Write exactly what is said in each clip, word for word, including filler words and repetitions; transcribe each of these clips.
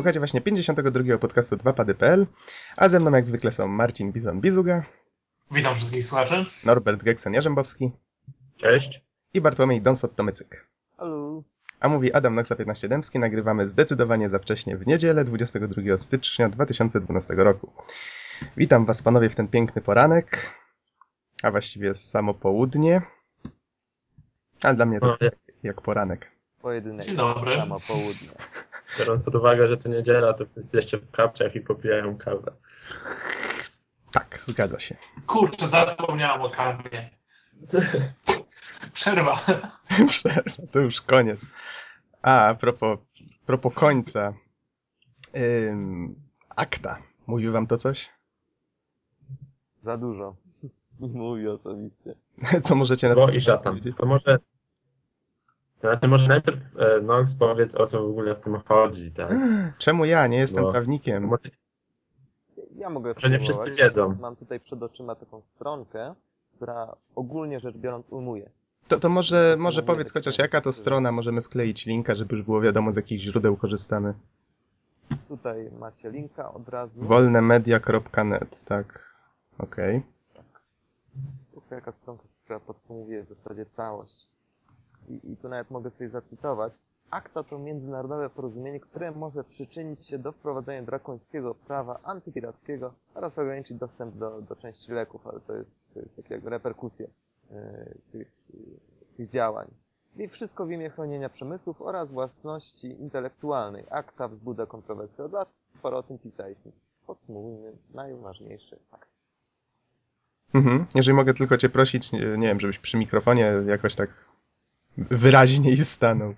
Słuchajcie właśnie pięćdziesiątego drugiego podcastu dwa pady kropka p l, a ze mną jak zwykle są Marcin Bizon-Bizuga, Witam wszystkich słuchaczy. Norbert Geksen-Jarzębowski. Cześć. I Bartłomiej Donsot-Tomycyk. Halo. A mówi Adam Noxa piętnaście Dębski. Nagrywamy zdecydowanie za wcześnie w niedzielę, dwudziestego drugiego stycznia dwa tysiące dwunastego roku. Witam was panowie w ten piękny poranek, a właściwie samo południe, a dla mnie to No, tak jak poranek. Pojedynek. Dzień dobry. Samo południe. Biorąc pod uwagę, że to niedziela, to wszyscy jeszcze w kapciach i popijają kawę. Tak, zgadza się. Kurczę, zapomniałem o kawie. Przerwa. Przerwa, to już koniec. A, a propos, propos końca. Ym, akta. Mówił wam to coś? Za dużo. Mówi osobiście. Co możecie na Bo to i szatan. powiedzieć? To może... To znaczy może najpierw e, Nox powiedz, o co w ogóle w tym chodzi, tak? Czemu ja? Nie jestem Bo- prawnikiem. Może, Ja mogę że nie spróbować. wszyscy wiedzą. Mam tutaj przed oczyma taką stronkę, która ogólnie rzecz biorąc ujmuje. To, to może, To może mówię powiedz tak chociaż samo. jaka to strona, możemy wkleić linka, żeby już było wiadomo z jakich źródeł korzystamy. Tutaj macie linka od razu. wolnemedia kropka net, tak. Okej. To jest taka stronka, która podsumowuje w zasadzie całość. I, I tu nawet mogę sobie zacytować. Akta to międzynarodowe porozumienie, które może przyczynić się do wprowadzenia drakońskiego prawa antypirackiego oraz ograniczyć dostęp do, do części leków, ale to jest, to jest takie jakby reperkusje yy, tych, yy, tych działań. I wszystko w imię chronienia przemysłów oraz własności intelektualnej. Akta wzbudza kontrowersje od lat, sporo o tym pisaliśmy. Podsumujmy najważniejsze fakty. Mhm. Jeżeli mogę tylko cię prosić, nie, nie wiem, żebyś przy mikrofonie jakoś tak wyraźniej stanął.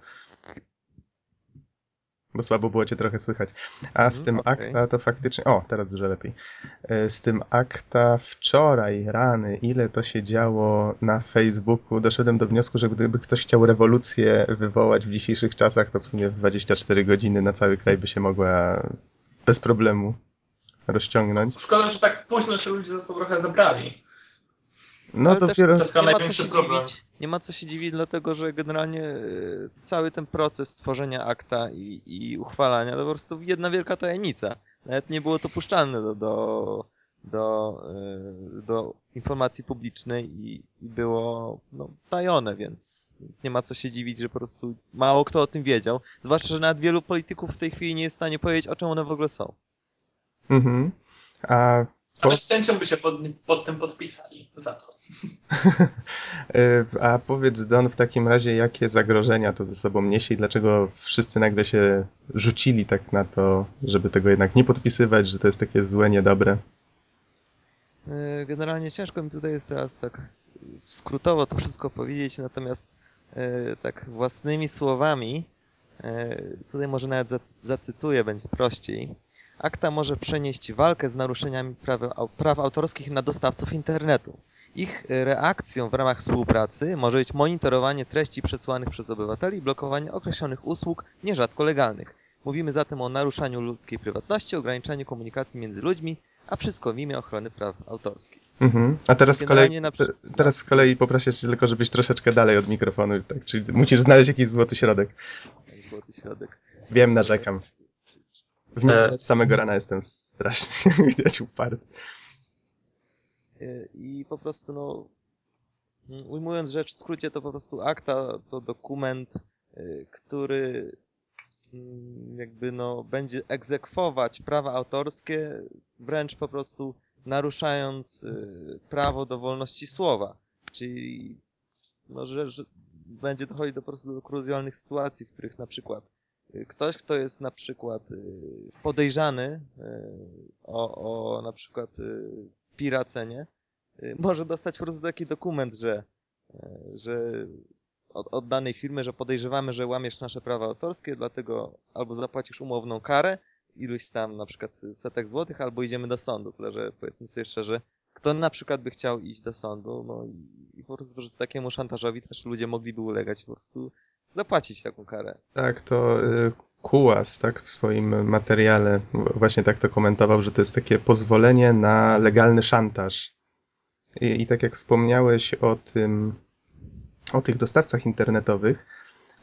Bo słabo było cię trochę słychać. A z Mhm, tym okej. akta to faktycznie... O, teraz dużo lepiej. E, Z tym akta wczoraj, rany, ile to się działo na Facebooku, doszedłem do wniosku, że gdyby ktoś chciał rewolucję wywołać w dzisiejszych czasach, to w sumie w dwadzieścia cztery godziny na cały kraj by się mogła bez problemu rozciągnąć. Szkoda, że tak późno się ludzie za to trochę zebrali. No Ale też dopiero... To jest chyba nie ma co największy się problem. dziwić. Nie ma co się dziwić, dlatego że generalnie e, cały ten proces tworzenia akta i, i uchwalania to po prostu jedna wielka tajemnica. Nawet nie było to puszczalne do, do, do, e, do informacji publicznej i, i było no, tajone, więc, więc nie ma co się dziwić, że po prostu mało kto o tym wiedział. Zwłaszcza, że nawet wielu polityków w tej chwili nie jest w stanie powiedzieć, o czym one w ogóle są. Mhm. A... Po... Ale z chęcią by się pod, pod tym podpisali za to. Y, A powiedz, Don, w takim razie, jakie zagrożenia to ze sobą niesie i dlaczego wszyscy nagle się rzucili tak na to, żeby tego jednak nie podpisywać, że to jest takie złe, niedobre? E, Generalnie ciężko mi tutaj jest teraz tak skrótowo to wszystko powiedzieć, natomiast e, tak własnymi słowami, e, tutaj może nawet za- zacytuję, będzie prościej. Akta może przenieść walkę z naruszeniami praw, au- praw autorskich na dostawców internetu. Ich e, reakcją w ramach współpracy może być monitorowanie treści przesłanych przez obywateli i blokowanie określonych usług, nierzadko legalnych. Mówimy zatem o naruszaniu ludzkiej prywatności, ograniczaniu komunikacji między ludźmi, a wszystko w imię ochrony praw autorskich. Mhm. A teraz z kolei, Generalnie na przy- te- teraz z kolei poproszę cię tylko, żebyś troszeczkę dalej od mikrofonu, tak, czyli musisz znaleźć jakiś złoty środek. Ten złoty środek. Wiem, narzekam. W niedzielę z samego rana jestem strasznie, widać, uparty. Y, I po prostu, no, mm, ujmując rzecz w skrócie, to po prostu akta to dokument, y, który mm, jakby no będzie egzekwować prawa autorskie, wręcz po prostu naruszając y, prawo do wolności słowa. Czyli no, że, że będzie dochodzić do, po prostu do kuruzjalnych sytuacji, w których na przykład y, ktoś, kto jest na przykład y, podejrzany y, o, o na przykład y, piracenie, y, może dostać po prostu taki dokument, że, y, że od, od danej firmy, że podejrzewamy, że łamiesz nasze prawa autorskie, dlatego albo zapłacisz umowną karę, iluś tam na przykład setek złotych, albo idziemy do sądu. Tyle, że powiedzmy sobie szczerze, kto na przykład by chciał iść do sądu, no i, i po prostu, że takiemu szantażowi też ludzie mogliby ulegać i po prostu zapłacić taką karę. Tak, to y, Kułas, tak, w swoim materiale właśnie tak to komentował, że to jest takie pozwolenie na legalny szantaż. I, i tak jak wspomniałeś o tym, o tych dostawcach internetowych,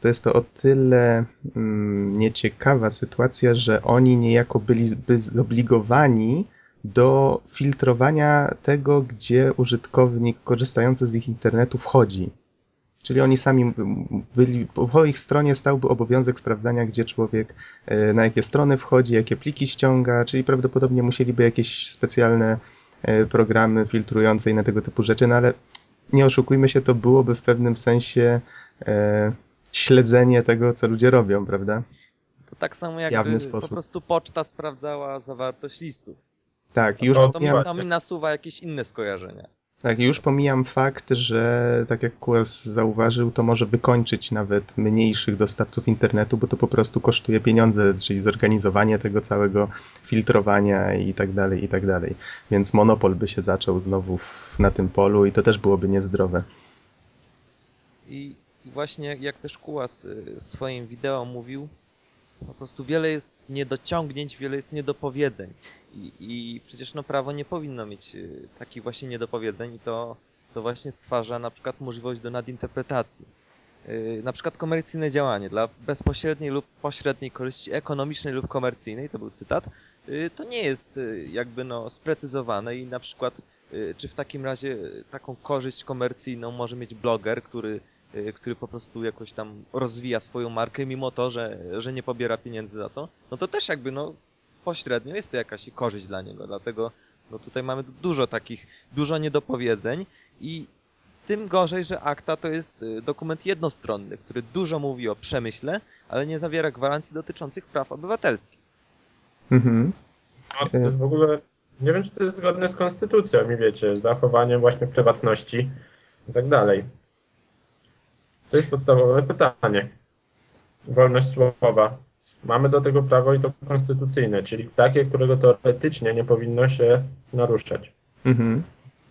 to jest to o tyle mm, nieciekawa sytuacja, że oni niejako byli by zobligowani do filtrowania tego, gdzie użytkownik korzystający z ich internetu wchodzi. Czyli oni sami byli, po ich stronie stałby obowiązek sprawdzania, gdzie człowiek, e, na jakie strony wchodzi, jakie pliki ściąga, czyli prawdopodobnie musieliby jakieś specjalne e, programy filtrujące i na tego typu rzeczy, no ale nie oszukujmy się, to byłoby w pewnym sensie e, śledzenie tego, co ludzie robią, prawda? To tak samo Jawny jakby po sposób. prostu poczta sprawdzała zawartość listów. Tak, już O, To mi, pomijam, to mi nasuwa jakieś inne skojarzenia. tak, już pomijam fakt, że tak jak Kues zauważył, to może wykończyć nawet mniejszych dostawców internetu, bo to po prostu kosztuje pieniądze, czyli zorganizowanie tego całego filtrowania i tak dalej, i tak dalej. Więc monopol by się zaczął znowu w, na tym polu i to też byłoby niezdrowe. I, i właśnie jak też Kułas y, w swoim wideo mówił, po prostu wiele jest niedociągnięć, wiele jest niedopowiedzeń. I, i przecież no prawo nie powinno mieć y, takich właśnie niedopowiedzeń i to, to właśnie stwarza na przykład możliwość do nadinterpretacji. Y, na przykład komercyjne działanie dla bezpośredniej lub pośredniej korzyści ekonomicznej lub komercyjnej, to był cytat, y, to nie jest y, jakby no sprecyzowane i na przykład y, czy w takim razie taką korzyść komercyjną może mieć bloger, który y, który po prostu jakoś tam rozwija swoją markę, mimo to, że, że nie pobiera pieniędzy za to, no to też jakby no s- pośrednio jest to jakaś korzyść dla niego, dlatego no tutaj mamy dużo takich, dużo niedopowiedzeń i tym gorzej, że akta to jest y, dokument jednostronny, który dużo mówi o przemyśle, ale nie zawiera gwarancji dotyczących praw obywatelskich. Mhm. No, to jest w ogóle, nie wiem, czy to jest zgodne z konstytucją i wiecie, zachowaniem właśnie prywatności i tak dalej. To jest podstawowe pytanie. Wolność słowa. Mamy do tego prawo i to konstytucyjne, czyli takie, którego teoretycznie nie powinno się naruszać. Mhm.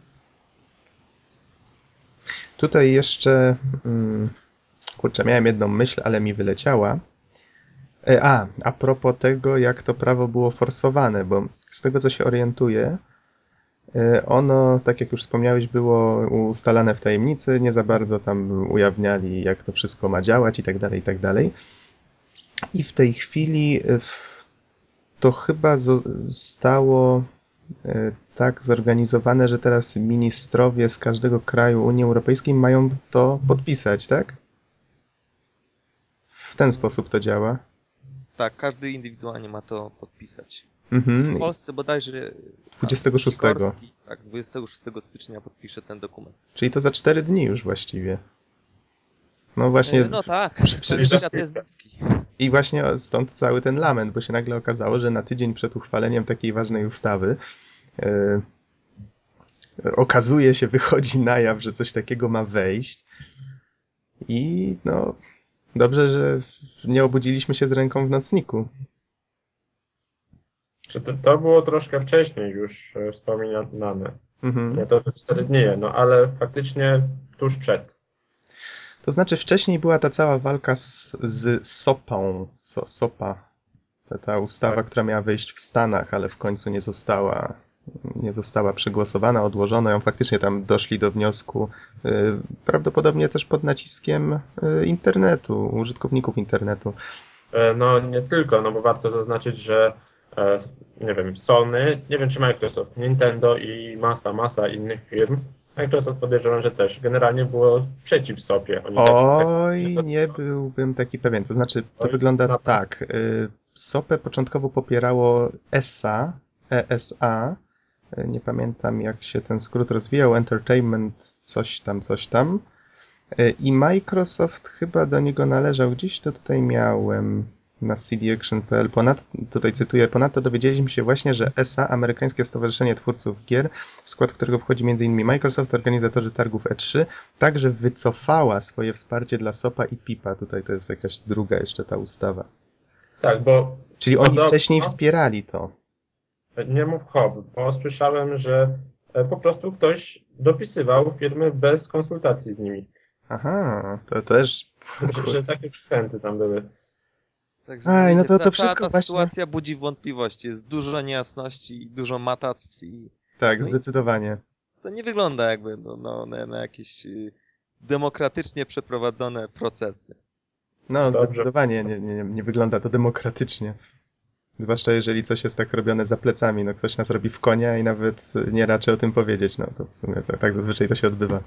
Tutaj jeszcze, mm, kurczę, miałem jedną myśl, ale mi wyleciała. E, A, a propos tego, jak to prawo było forsowane, bo z tego, co się orientuję, e, ono, tak jak już wspomniałeś, było ustalane w tajemnicy, nie za bardzo tam ujawniali, jak to wszystko ma działać i tak dalej, i tak dalej. I w tej chwili e, w- to chyba zostało e, tak zorganizowane, że teraz ministrowie z każdego kraju Unii Europejskiej mają to podpisać, tak? W ten sposób to działa. Tak, każdy indywidualnie ma to podpisać. W Mhm. Polsce bodajże dwudziestego szóstego. Sikorski, tak, dwudziestego szóstego stycznia podpisze ten dokument. Czyli to za cztery dni już właściwie. No właśnie, E, No tak, przy- przy- ten przy- świat jest bliski. i właśnie stąd cały ten lament, bo się nagle okazało, że na tydzień przed uchwaleniem takiej ważnej ustawy e, okazuje się, wychodzi na jaw, że coś takiego ma wejść i no dobrze, że nie obudziliśmy się z ręką w nocniku. Czy to, to było troszkę wcześniej już e, wspominane. Mhm. Nie to, że cztery dni, no ale faktycznie tuż przed. To znaczy wcześniej była ta cała walka z, z SOPą, so, SOPA, ta, ta ustawa, Tak. która miała wejść w Stanach, ale w końcu nie została, nie została przegłosowana, odłożono ją. Faktycznie tam doszli do wniosku, y, prawdopodobnie też pod naciskiem y, internetu, użytkowników internetu. E, No nie tylko, no bo warto zaznaczyć, że e, nie wiem, Sony, nie wiem czy Microsoft, Nintendo i masa, masa innych firm. Microsoft podejrzewam, że też generalnie było przeciw sobie. Oni tak, tak Oj, nie byłbym taki pewien. To znaczy, to Oj, wygląda na- tak. y, SOPę początkowo popierało E S A, E S A. y, Nie pamiętam, jak się ten skrót rozwijał. Entertainment, coś tam, coś tam. Y, I Microsoft chyba do niego należał. Gdzieś to tutaj miałem na C D Action kropka p l. Ponad, tutaj cytuję, ponadto dowiedzieliśmy się właśnie, że E S A, Amerykańskie Stowarzyszenie Twórców Gier, w skład którego wchodzi między innymi Microsoft, organizatorzy targów E trzy, także wycofała swoje wsparcie dla SOPA i PIPA. Tutaj to jest jakaś druga jeszcze ta ustawa. tak, bo Czyli oni podobno- wcześniej wspierali to. Nie mów hop, bo słyszałem, że e, po prostu ktoś dopisywał firmy bez konsultacji z nimi. Aha, to też... Że, że takie przekręty tam były. Także Aj, no wiecie, to- ca- to cała wszystko ta właśnie- sytuacja budzi wątpliwości. Jest dużo niejasności i dużo matactw i Tak, No i- zdecydowanie. to nie wygląda jakby no, no, na, na jakieś y, demokratycznie przeprowadzone procesy. No, Dobrze. zdecydowanie nie, nie, nie wygląda to demokratycznie. Zwłaszcza jeżeli coś jest tak robione za plecami. No, ktoś nas robi w konia i nawet nie raczy o tym powiedzieć. No to w sumie to, tak zazwyczaj to się odbywa.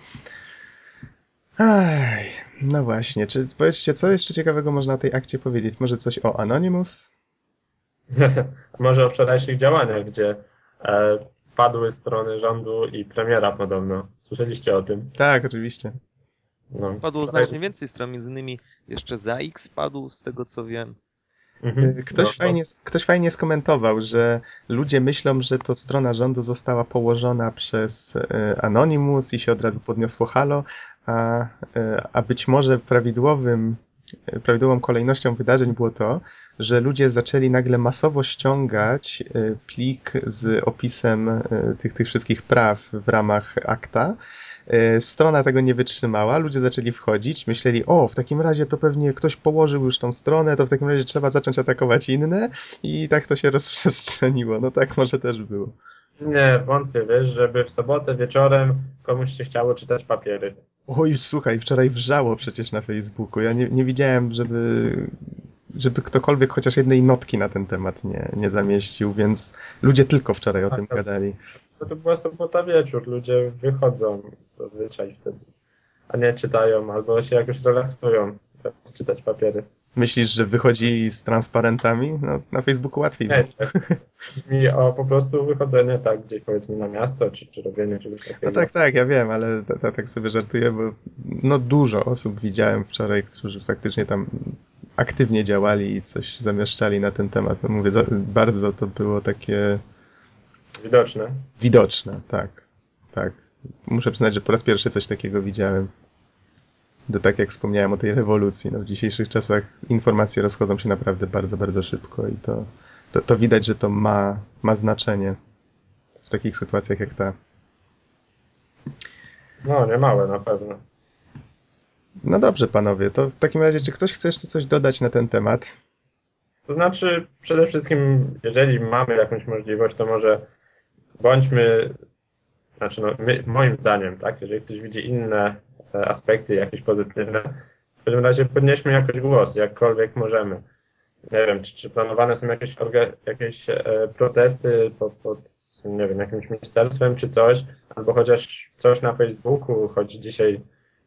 Aj, no właśnie. Czy powiedzcie, co jeszcze ciekawego można o tej akcie powiedzieć? Może coś o Anonymous? Może o wczorajszych działaniach, gdzie e, padły strony rządu i premiera podobno. Słyszeliście o tym? Tak, oczywiście. No. Padło znacznie więcej stron, między innymi jeszcze za X padł, z tego co wiem. Mhm. Ktoś, No, fajnie, ktoś fajnie skomentował, że ludzie myślą, że to strona rządu została położona przez e, Anonymous i się od razu podniosło halo, a, e, a być może prawidłowym, e, prawidłową kolejnością wydarzeń było to, że ludzie zaczęli nagle masowo ściągać e, plik z opisem e, tych, tych wszystkich praw w ramach akta. E, Strona tego nie wytrzymała, ludzie zaczęli wchodzić, myśleli, o, w takim razie to pewnie ktoś położył już tą stronę, to w takim razie trzeba zacząć atakować inne i tak to się rozprzestrzeniło. No tak może też było. Nie, wątpię, wiesz, żeby w sobotę wieczorem komuś się chciało czytać papiery. Oj, słuchaj, wczoraj wrzało przecież na Facebooku. Ja nie, nie widziałem, żeby, żeby ktokolwiek chociaż jednej notki na ten temat nie, nie zamieścił, więc ludzie tylko wczoraj o tym gadali. No to była sobota wieczór, ludzie wychodzą zazwyczaj wtedy, a nie czytają albo się jakoś relaksują, żeby czytać papiery. Myślisz, że wychodzili z transparentami? No, na Facebooku łatwiej było. Nie, chodzi mi o po prostu wychodzenie tak gdzieś powiedzmy na miasto, czy, czy robienie czegoś takiego. No tak, tak, ja wiem, ale ta, ta, tak sobie żartuję, bo no dużo osób widziałem wczoraj, którzy faktycznie tam aktywnie działali i coś zamieszczali na ten temat. No mówię, za, bardzo to było takie Widoczne. widoczne, tak, tak. Muszę przyznać, że po raz pierwszy coś takiego widziałem. To tak jak wspomniałem o tej rewolucji, no w dzisiejszych czasach informacje rozchodzą się naprawdę bardzo, bardzo szybko i to, to, to widać, że to ma, ma znaczenie w takich sytuacjach jak ta. No, nie małe na pewno. No dobrze, panowie, to w takim razie, czy ktoś chce jeszcze coś dodać na ten temat? To znaczy, przede wszystkim, jeżeli mamy jakąś możliwość, to może bądźmy, znaczy no, my, moim zdaniem, tak, jeżeli ktoś widzi inne e, aspekty, jakieś pozytywne, w każdym razie podnieśmy jakoś głos, jakkolwiek możemy. Nie wiem, czy, czy planowane są jakieś, orga, jakieś e, protesty pod, pod, nie wiem, jakimś ministerstwem czy coś, albo chociaż coś na Facebooku, choć dzisiaj,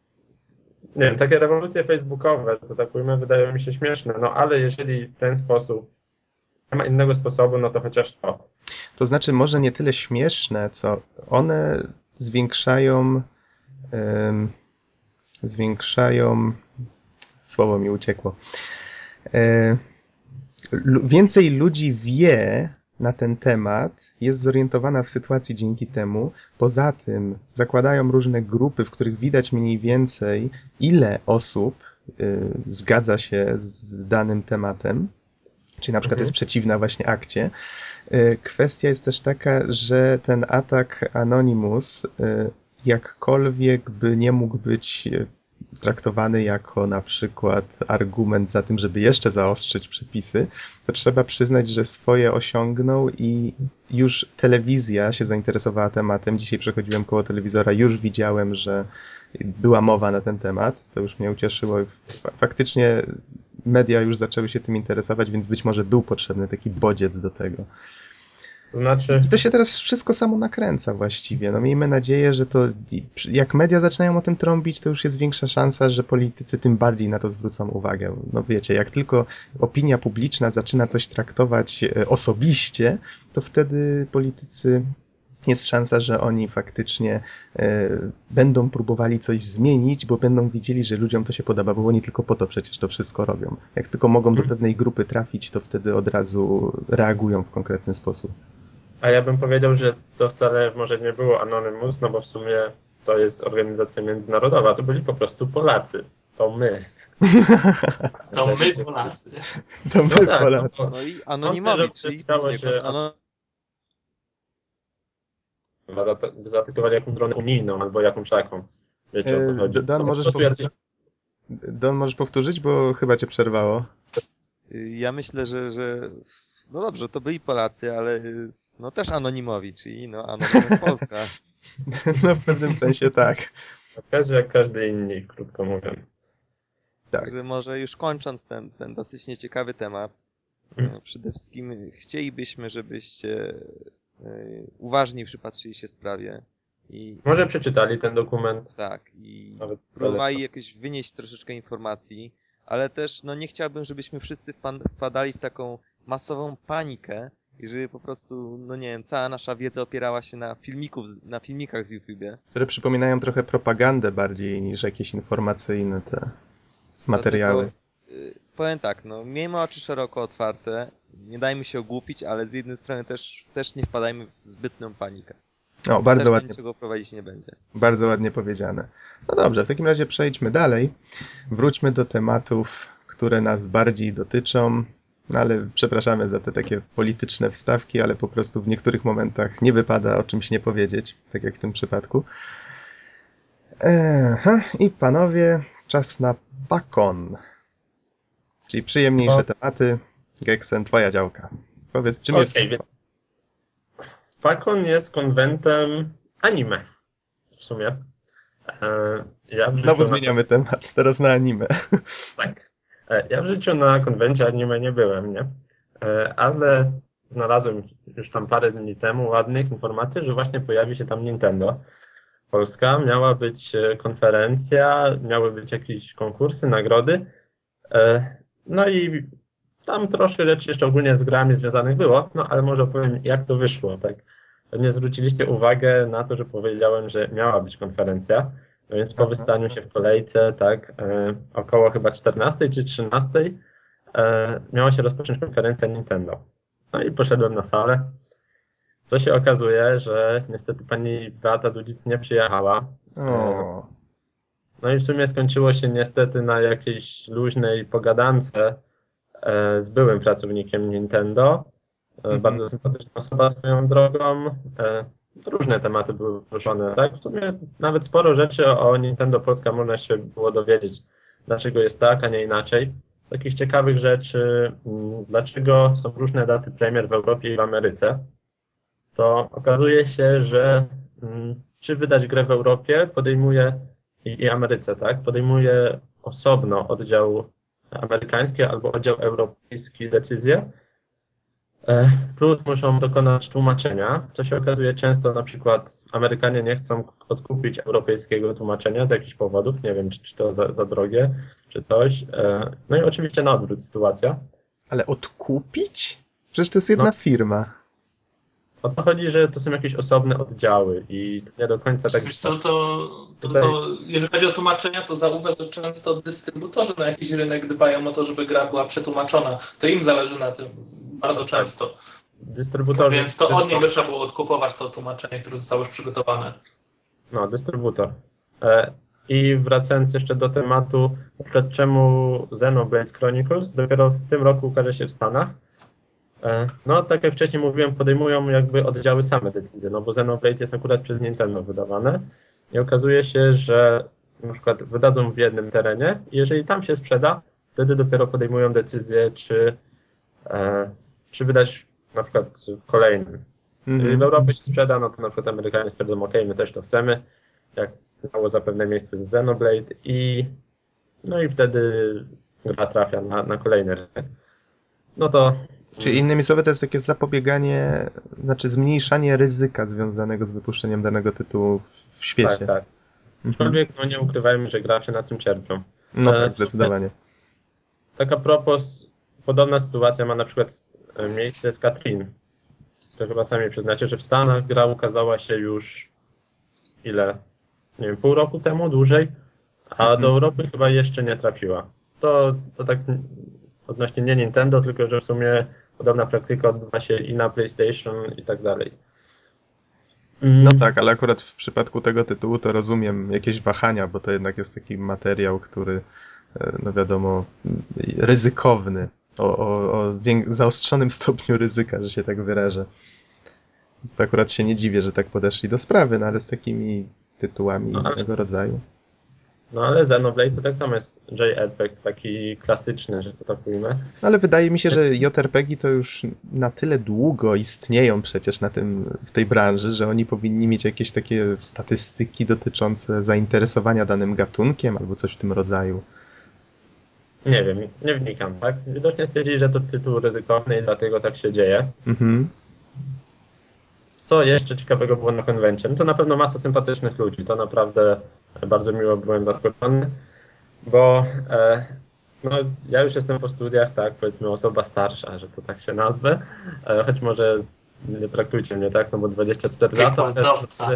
nie wiem, takie rewolucje facebookowe, to tak ujmę, wydają mi się śmieszne, no ale jeżeli w ten sposób, nie ma innego sposobu, no to chociaż to. To znaczy, może nie tyle śmieszne, co one zwiększają, em, zwiększają, słowo mi uciekło. E, lu- więcej ludzi wie na ten temat, jest zorientowana w sytuacji dzięki temu. Poza tym zakładają różne grupy, w których widać mniej więcej, ile osób y, zgadza się z danym tematem, czyli na przykład Mhm. jest przeciwna właśnie akcie. Y, Kwestia jest też taka, że ten atak Anonymous, y, jakkolwiek by nie mógł być y, traktowany jako na przykład argument za tym, żeby jeszcze zaostrzyć przepisy, to trzeba przyznać, że swoje osiągnął i już telewizja się zainteresowała tematem. Dzisiaj przechodziłem koło telewizora, już widziałem, że była mowa na ten temat. To już mnie ucieszyło. Faktycznie media już zaczęły się tym interesować, więc być może był potrzebny taki bodziec do tego. To znaczy, I to się teraz wszystko samo nakręca właściwie. No miejmy nadzieję, że to jak media zaczynają o tym trąbić, to już jest większa szansa, że politycy tym bardziej na to zwrócą uwagę. No wiecie, jak tylko opinia publiczna zaczyna coś traktować e, osobiście, to wtedy politycy jest szansa, że oni faktycznie e, będą próbowali coś zmienić, bo będą widzieli, że ludziom to się podoba, bo oni tylko po to przecież to wszystko robią. Jak tylko mogą do pewnej grupy trafić, to wtedy od razu reagują w konkretny sposób. a ja bym powiedział, że to wcale może nie było Anonymous, no bo w sumie to jest organizacja międzynarodowa, to byli po prostu Polacy. To my. To my Polacy. To my No tak, Polacy. no, No i Wątpię, Anonimowi, żeby czyli stało poniekąd się- ano... by zaatakowali jakąś dronę unijną albo jakąś taką. Wiecie o co E, chodzi. Don, No, po możesz prostu powtórzyć? jacyś... Don, możesz powtórzyć, bo chyba cię przerwało. Y, Ja myślę, że, że no dobrze, to byli Polacy, ale y, no też anonimowi, czyli no Anonymous Polska. No w pewnym sensie tak. Każdy jak każdy inni, krótko mówiąc. Tak. Także może już kończąc ten, ten dosyć nieciekawy temat, Mhm. przede wszystkim chcielibyśmy, żebyście uważniej przypatrzyli się sprawie i Może przeczytali ten dokument. tak, i Nawet próbowali polecam. jakoś wynieść troszeczkę informacji, ale też no nie chciałbym, żebyśmy wszyscy wpan- wpadali w taką masową panikę i żeby po prostu, no nie wiem, cała nasza wiedza opierała się na filmików, na filmikach z YouTubie. Które przypominają trochę propagandę bardziej niż jakieś informacyjne te materiały. Dlatego, y, powiem tak, no miejmy oczy szeroko otwarte, nie dajmy się ogłupić, ale z jednej strony też, też nie wpadajmy w zbytną panikę. O, To bardzo też do ładnie, niczego prowadzić nie będzie. bardzo ładnie powiedziane. No dobrze, w takim razie przejdźmy dalej. Wróćmy do tematów, które nas bardziej dotyczą. No ale przepraszamy za te takie polityczne wstawki, ale po prostu w niektórych momentach nie wypada o czymś nie powiedzieć, tak jak w tym przypadku. Eha, i panowie, czas na Pakon. Czyli przyjemniejsze O. tematy. Geksen, twoja działka. Powiedz, czym Okej, jest więc Pakon jest konwentem anime. W sumie. E, Ja w Znowu życiu na zmieniamy temat, teraz na anime. Tak. E, Ja w życiu na konwencie anime nie byłem, nie? E, Ale znalazłem już tam parę dni temu ładnych informacji, że właśnie pojawi się tam Nintendo Polska. Miała być e, konferencja, miały być jakieś konkursy, nagrody. E, No i tam troszkę rzeczy jeszcze ogólnie z grami związanych było, no ale może opowiem, jak to wyszło, tak? Pewnie zwróciliście uwagę na to, że powiedziałem, że miała być konferencja, no więc po Aha. wystaniu się w kolejce, tak, e, około chyba czternastej czy trzynastej e, miała się rozpocząć konferencja Nintendo. No i poszedłem na salę. Co się okazuje, że niestety pani Beata Dudzic nie przyjechała. E, O, no i w sumie skończyło się niestety na jakiejś luźnej pogadance e, z byłym pracownikiem Nintendo. E, Mhm. Bardzo sympatyczna osoba swoją drogą. E, Różne tematy były poruszone. Tak? W sumie nawet sporo rzeczy o Nintendo Polska można się było dowiedzieć, dlaczego jest tak, a nie inaczej. Takich ciekawych rzeczy, mm, dlaczego są różne daty premier w Europie i w Ameryce. To okazuje się, że mm, czy wydać grę w Europie podejmuje i, i Ameryce, tak? Podejmuje osobno oddział amerykański albo oddział europejski decyzje, e, plus muszą dokonać tłumaczenia, co się okazuje często, na przykład Amerykanie nie chcą odkupić europejskiego tłumaczenia z jakichś powodów, nie wiem, czy, czy to za, za drogie, czy coś. E, No i oczywiście na odwrót sytuacja. ale odkupić? Przecież to jest jedna No. firma. O to chodzi, że to są jakieś osobne oddziały i to nie do końca tak. Wiesz co, to, to, Tutaj- to jeżeli chodzi o tłumaczenia, to zauważ, że często dystrybutorzy na jakiś rynek dbają o to, żeby gra była przetłumaczona. To im zależy na tym bardzo Tak. często. Dystrybutorzy. Więc to od nich by trzeba było odkupować to tłumaczenie, które zostało już przygotowane. No, dystrybutor. E, I wracając jeszcze do tematu, na przykład czemu Xenoblade Chronicles dopiero w tym roku ukaże się w Stanach. E, No, tak jak wcześniej mówiłem, podejmują jakby oddziały same decyzje, no bo Xenoblade jest akurat przez Nintendo wydawane i okazuje się, że na przykład wydadzą w jednym terenie i jeżeli tam się sprzeda, wtedy dopiero podejmują decyzję, czy, e, czy wydać na przykład w kolejnym. Jeżeli w Mhm. Europie się sprzeda, no to na przykład Amerykanie stwierdzą, ok, my też to chcemy, jak miało zapewne miejsce z Xenoblade i no i wtedy gra trafia na, na kolejny rynek. No to Czyli innymi słowy, to jest takie zapobieganie, znaczy zmniejszanie ryzyka związanego z wypuszczeniem danego tytułu w- w świecie. tak, tak. Mhm. Aczkolwiek no nie ukrywajmy, że gracze na tym cierpią. No E, tak, zdecydowanie. Tak a propos, podobna sytuacja ma na przykład e, miejsce z Katrin. To chyba sami przyznacie, że w Stanach gra ukazała się już ile? Nie wiem, pół roku temu, dłużej, a Mhm. do Europy chyba jeszcze nie trafiła. To, to tak odnośnie nie Nintendo, tylko że w sumie podobna praktyka odbywa się i na PlayStation i tak dalej. Mm, No tak, ale akurat w przypadku tego tytułu to rozumiem jakieś wahania, bo to jednak jest taki materiał, który, e, no wiadomo, m, ryzykowny, o, o, o wię- zaostrzonym stopniu ryzyka, że się tak wyrażę. Więc to akurat się nie dziwię, że tak podeszli do sprawy, no ale z takimi tytułami No, ale- innego rodzaju. No ale Xenoblade to tak samo jest J R P G, taki klasyczny, że to tak ujmę. No ale wydaje mi się, że J R P G to już na tyle długo istnieją przecież na tym, w tej branży, że oni powinni mieć jakieś takie statystyki dotyczące zainteresowania danym gatunkiem albo coś w tym rodzaju. Nie wiem, nie wnikam, tak? Widocznie stwierdzili, że to tytuł ryzykowny i dlatego tak się dzieje. Mhm. Co jeszcze ciekawego było na konwencie? No to na pewno masa sympatycznych ludzi. To naprawdę bardzo miło byłem zaskoczony, bo e, no, ja już jestem po studiach, tak, powiedzmy osoba starsza, że to tak się nazwę, e, choć może nie traktujcie mnie tak, no bo dwadzieścia cztery lata. Wykładowca.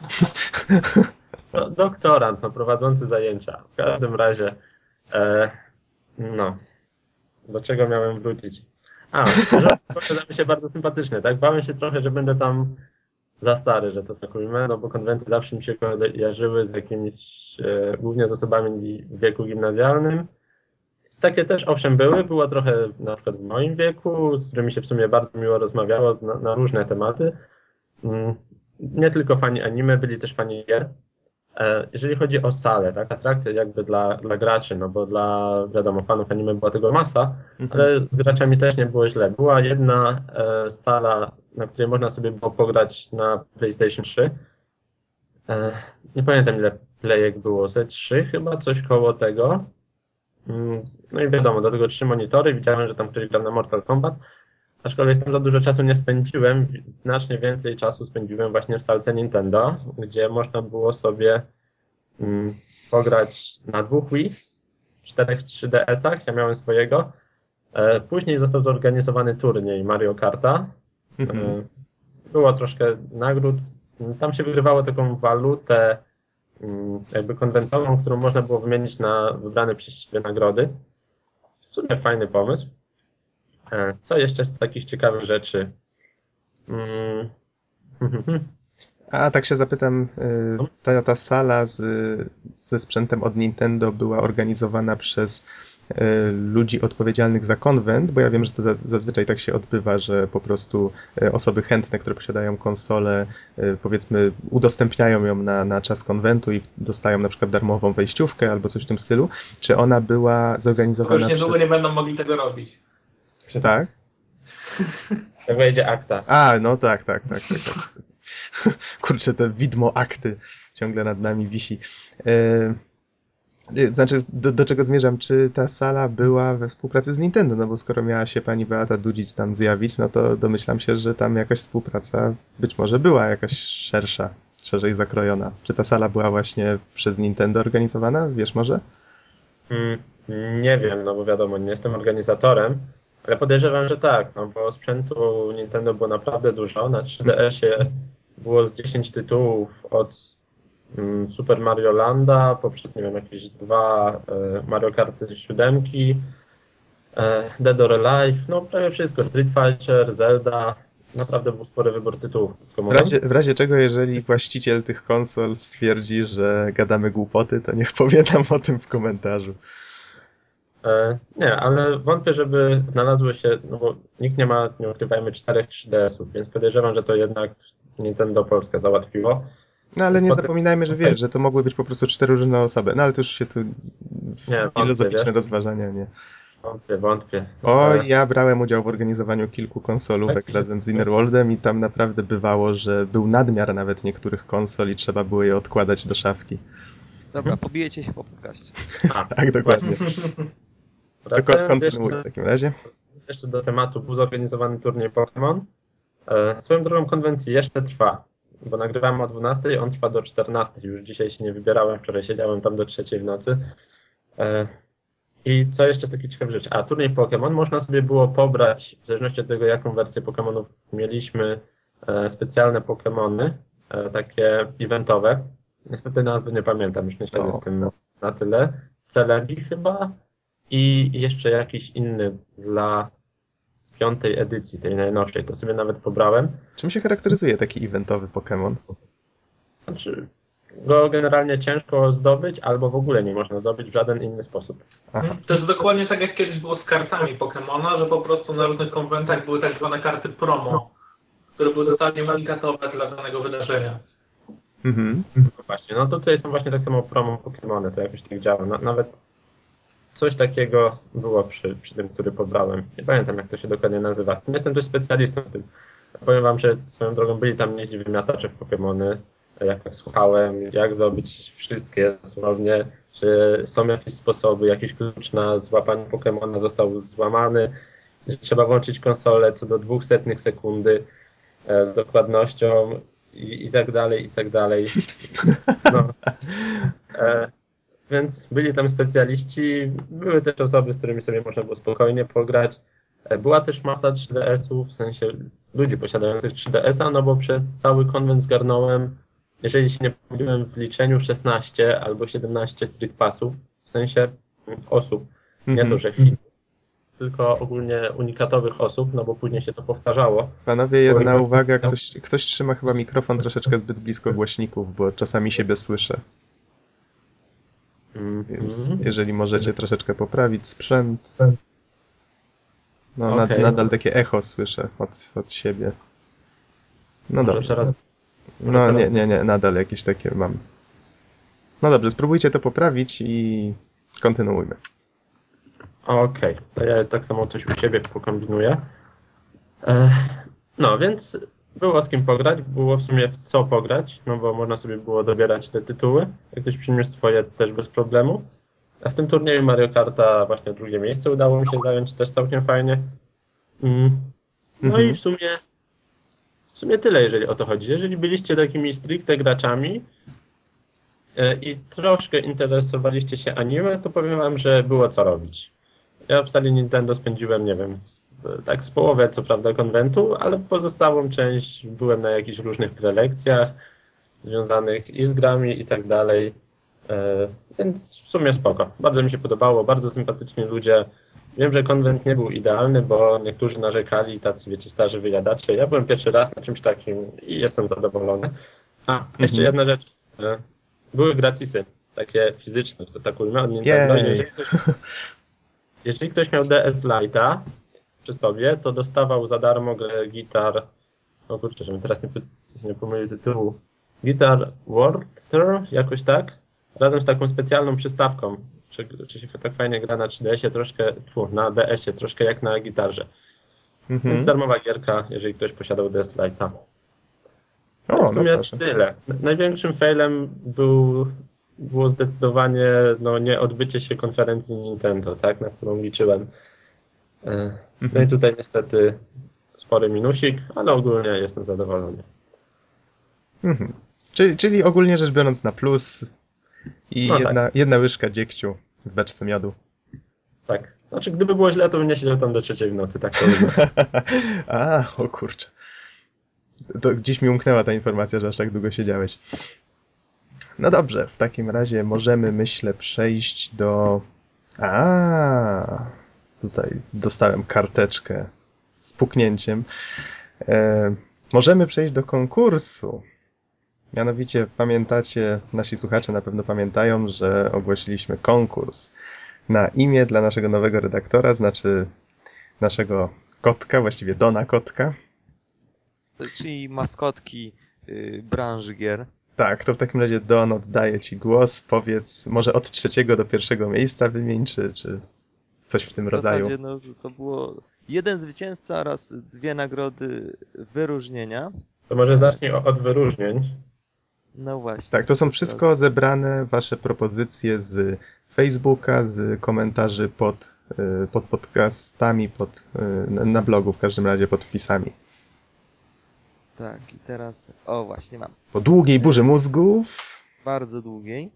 No, doktorant, no, prowadzący zajęcia. W każdym razie, e, no, do czego miałem wrócić? A, że okazały się bardzo sympatyczne, tak? Bałem się trochę, że będę tam za stary, że to tak ujmę, no bo konwencje zawsze mi się kojarzyły z jakimiś, e, głównie z osobami w wieku gimnazjalnym. Takie też owszem były, było trochę na przykład w moim wieku, z którymi się w sumie bardzo miło rozmawiało na, na różne tematy. Mm, Nie tylko fani anime, byli też fani gier. E, Jeżeli chodzi o salę, tak, atrakcje jakby dla, dla graczy, no bo dla, wiadomo, fanów anime była tego masa, Mhm. ale z graczami też nie było źle. Była jedna e, sala, na której można sobie było pograć na PlayStation trzy. E, nie pamiętam ile playek było, ze trzy chyba, coś koło tego. Mm, No i wiadomo, do tego trzy monitory, widziałem, że tam ktoś grał na Mortal Kombat, aczkolwiek tam za dużo czasu nie spędziłem, znacznie więcej czasu spędziłem właśnie w salce Nintendo, gdzie można było sobie mm, pograć na dwóch Wii, czterech trzy D S-ach, ja miałem swojego. E, Później został zorganizowany turniej Mario Karta. Mhm. E, Było troszkę nagród. Tam się wygrywało taką walutę mm, jakby konwentową, którą można było wymienić na wybrane przez siebie nagrody. W sumie fajny pomysł. E, Co jeszcze z takich ciekawych rzeczy? Mm, A tak się zapytam, y, ta, ta sala z, ze sprzętem od Nintendo była organizowana przez y, ludzi odpowiedzialnych za konwent, bo ja wiem, że to za- zazwyczaj tak się odbywa, że po prostu y, osoby chętne, które posiadają konsolę, y, powiedzmy udostępniają ją na, na czas konwentu i dostają na przykład darmową wejściówkę albo coś w tym stylu. Czy ona była Bo już zorganizowana niedługo przez... nie będą mogli tego robić. Tak? Jak wejdzie akta. A, no tak, tak, tak, tak, tak. Kurczę, te widmo akty ciągle nad nami wisi. E, Znaczy, do, do czego zmierzam? Czy ta sala była we współpracy z Nintendo? No bo skoro miała się pani Beata Dudzic tam zjawić, no to domyślam się, że tam jakaś współpraca być może była jakaś szersza, szerzej zakrojona. Czy ta sala była właśnie przez Nintendo organizowana? Wiesz może? Mm, Nie wiem, no bo wiadomo, nie jestem organizatorem, ale podejrzewam, że tak, no bo sprzętu Nintendo było naprawdę dużo. Na trzy D S-ie było z dziesięć tytułów od mm, Super Mario Landa poprzez, nie wiem, jakieś dwa e, Mario Karty siódemki, e, Dead or Alive, no prawie wszystko, Street Fighter, Zelda, naprawdę był spory wybór tytułów, krótko W mówiąc. razie, w razie czego, jeżeli właściciel tych konsol stwierdzi, że gadamy głupoty, to niech powie nam o tym w komentarzu. E, Nie, ale wątpię, żeby znalazły się, no bo nikt nie ma, nie ukrywajmy, czterech trzy D S-ów, więc podejrzewam, że to jednak Nintendo Polska załatwiło. No ale nie Potem- zapominajmy, że wiesz, że to mogły być po prostu cztery różne osoby. No ale to już się tu Nie, wątpię, filozoficzne wiesz. rozważania, nie. Wątpię, wątpię. O, E, ja brałem udział w organizowaniu kilku konsolówek razem z Innerworldem i tam naprawdę bywało, że był nadmiar nawet niektórych konsol i trzeba było je odkładać do szafki. Dobra, pobijecie się po podcaście. a, Tak, dokładnie. To ko- Wracając kontynuuj w jeszcze, takim razie. jeszcze do tematu, był zorganizowany turniej Pokémon. E, Swoją drogą konwencji jeszcze trwa, bo nagrywamy o dwunastej, on trwa do czternastej. Już dzisiaj się nie wybierałem, wczoraj siedziałem tam do trzeciej w nocy. E, I co jeszcze z takich ciekawych rzeczy? A, turniej Pokémon można sobie było pobrać, w zależności od tego, jaką wersję Pokémonów mieliśmy, e, specjalne Pokémony, e, takie eventowe. Niestety nazwy nie pamiętam, już nie śledzę O. w tym na tyle. Celebi chyba i jeszcze jakiś inny dla piątej edycji, tej najnowszej. To sobie nawet pobrałem. Czym się charakteryzuje taki eventowy Pokémon? Znaczy, go generalnie ciężko zdobyć, albo w ogóle nie można zdobyć w żaden inny sposób. Aha. To jest dokładnie tak, jak kiedyś było z kartami Pokemona, że po prostu na różnych konwentach były tak zwane karty promo, które były totalnie unikatowe dla danego wydarzenia. Mhm. No właśnie, no to tutaj są właśnie tak samo promo Pokemony, to jakoś tak działa. Na, nawet coś takiego było przy, przy tym, który pobrałem. Nie pamiętam, jak to się dokładnie nazywa. Nie jestem też specjalistą w tym. Powiem wam, że swoją drogą byli tam nieźli wymiatacze w Pokemony. Jak tak słuchałem, jak zdobyć wszystkie dosłownie, że są jakieś sposoby, jakiś klucz na złapanie Pokemona został złamany, że trzeba włączyć konsolę co do dwóch setnych sekundy e, z dokładnością i, i tak dalej, i tak dalej. No. E, więc byli tam specjaliści, były też osoby, z którymi sobie można było spokojnie pograć. E, była też masa trzy D S-ów, w sensie ludzi posiadających trzy D S-a, no bo przez cały konwent zgarnąłem, jeżeli się nie pomyliłem w liczeniu, szesnaście albo siedemnaście street passów, w sensie osób, nie to, Mhm. że hit, tylko ogólnie unikatowych osób, no bo później się to powtarzało. Panowie, jedna Były- uwaga, ktoś, ktoś trzyma chyba mikrofon troszeczkę zbyt blisko głośników, bo czasami siebie słyszę. Więc Mhm. jeżeli możecie troszeczkę poprawić sprzęt. No, nad, Okej. nadal takie echo słyszę od, od siebie. No Może dobrze. teraz- No teraz- nie, nie, nie, nadal jakieś takie mam. No dobrze, spróbujcie to poprawić i kontynuujmy. Okej, to ja tak samo coś u siebie pokombinuję. E, No, więc było z kim pograć, było w sumie w co pograć, no bo można sobie było dobierać te tytuły. Jak ktoś przyniósł swoje też bez problemu. A w tym turnieju Mario Karta właśnie drugie miejsce udało mi się zająć, też całkiem fajnie. Mm. No Mhm. i w sumie w sumie tyle, jeżeli o to chodzi. Jeżeli byliście takimi stricte graczami e, i troszkę interesowaliście się anime, to powiem wam, że było co robić. Ja w sali Nintendo spędziłem, nie wiem, z, tak z połowę co prawda konwentu, ale pozostałą część byłem na jakichś różnych prelekcjach związanych i z grami i tak dalej. E, więc w sumie spoko. Bardzo mi się podobało, bardzo sympatyczni ludzie. Wiem, że konwent nie był idealny, bo niektórzy narzekali, tacy wiecie, starzy wyjadacze. Ja byłem pierwszy raz na czymś takim i jestem zadowolony. A, jeszcze Mhm. jedna rzecz. E, były gratisy, takie fizyczne, to tak ujmę, od Nintendo. Jej. Jeżeli ktoś jeżeli ktoś miał D S Lite'a przy sobie, to dostawał za darmo grę Guitar. O kurczę, żebym teraz nie, py- nie pomylił tytułu. Guitar World, jakoś tak. Razem z taką specjalną przystawką. Czy, czy się tak fajnie gra na trzy D S-ie, troszkę, tfu, na D S-ie, troszkę jak na gitarze. Więc Mhm. darmowa gierka, jeżeli ktoś posiadał D S Lite'a. No i O, w no sumie proszę. tyle. Największym failem był, było zdecydowanie no, nie odbycie się konferencji Nintendo, tak, na którą liczyłem. E, No i Mhm. tutaj niestety spory minusik, ale ogólnie jestem zadowolony. Mhm. Czyli, czyli ogólnie rzecz biorąc na plus i No jedna, tak, jedna łyżka dziegciu w beczce miodu. tak. Znaczy, gdyby było źle, to bym nie siedział tam do trzeciej w nocy, tak to ujmę. A, o kurczę. To gdzieś mi umknęła ta informacja, że aż tak długo siedziałeś. No dobrze, w takim razie możemy, myślę, przejść do... A, tutaj dostałem karteczkę z puknięciem. E, możemy przejść do konkursu. Mianowicie pamiętacie, nasi słuchacze na pewno pamiętają, że ogłosiliśmy konkurs na imię dla naszego nowego redaktora, znaczy naszego kotka, właściwie Dona Kotka. Czyli maskotki y, branży gier. Tak, to w takim razie Don, oddaję ci głos. Powiedz, może od trzeciego do pierwszego miejsca wymień, czy, czy coś w tym W rodzaju. zasadzie no, to było jeden zwycięzca oraz dwie nagrody wyróżnienia. To może zacznij o- od wyróżnień. No właśnie. Tak, to są to wszystko teraz- zebrane wasze propozycje z Facebooka, z komentarzy pod, y, pod podcastami, pod, y, na- na blogu w każdym razie, pod wpisami. Tak, i teraz... O, właśnie mam. Po długiej burzy mózgów. Bardzo długiej.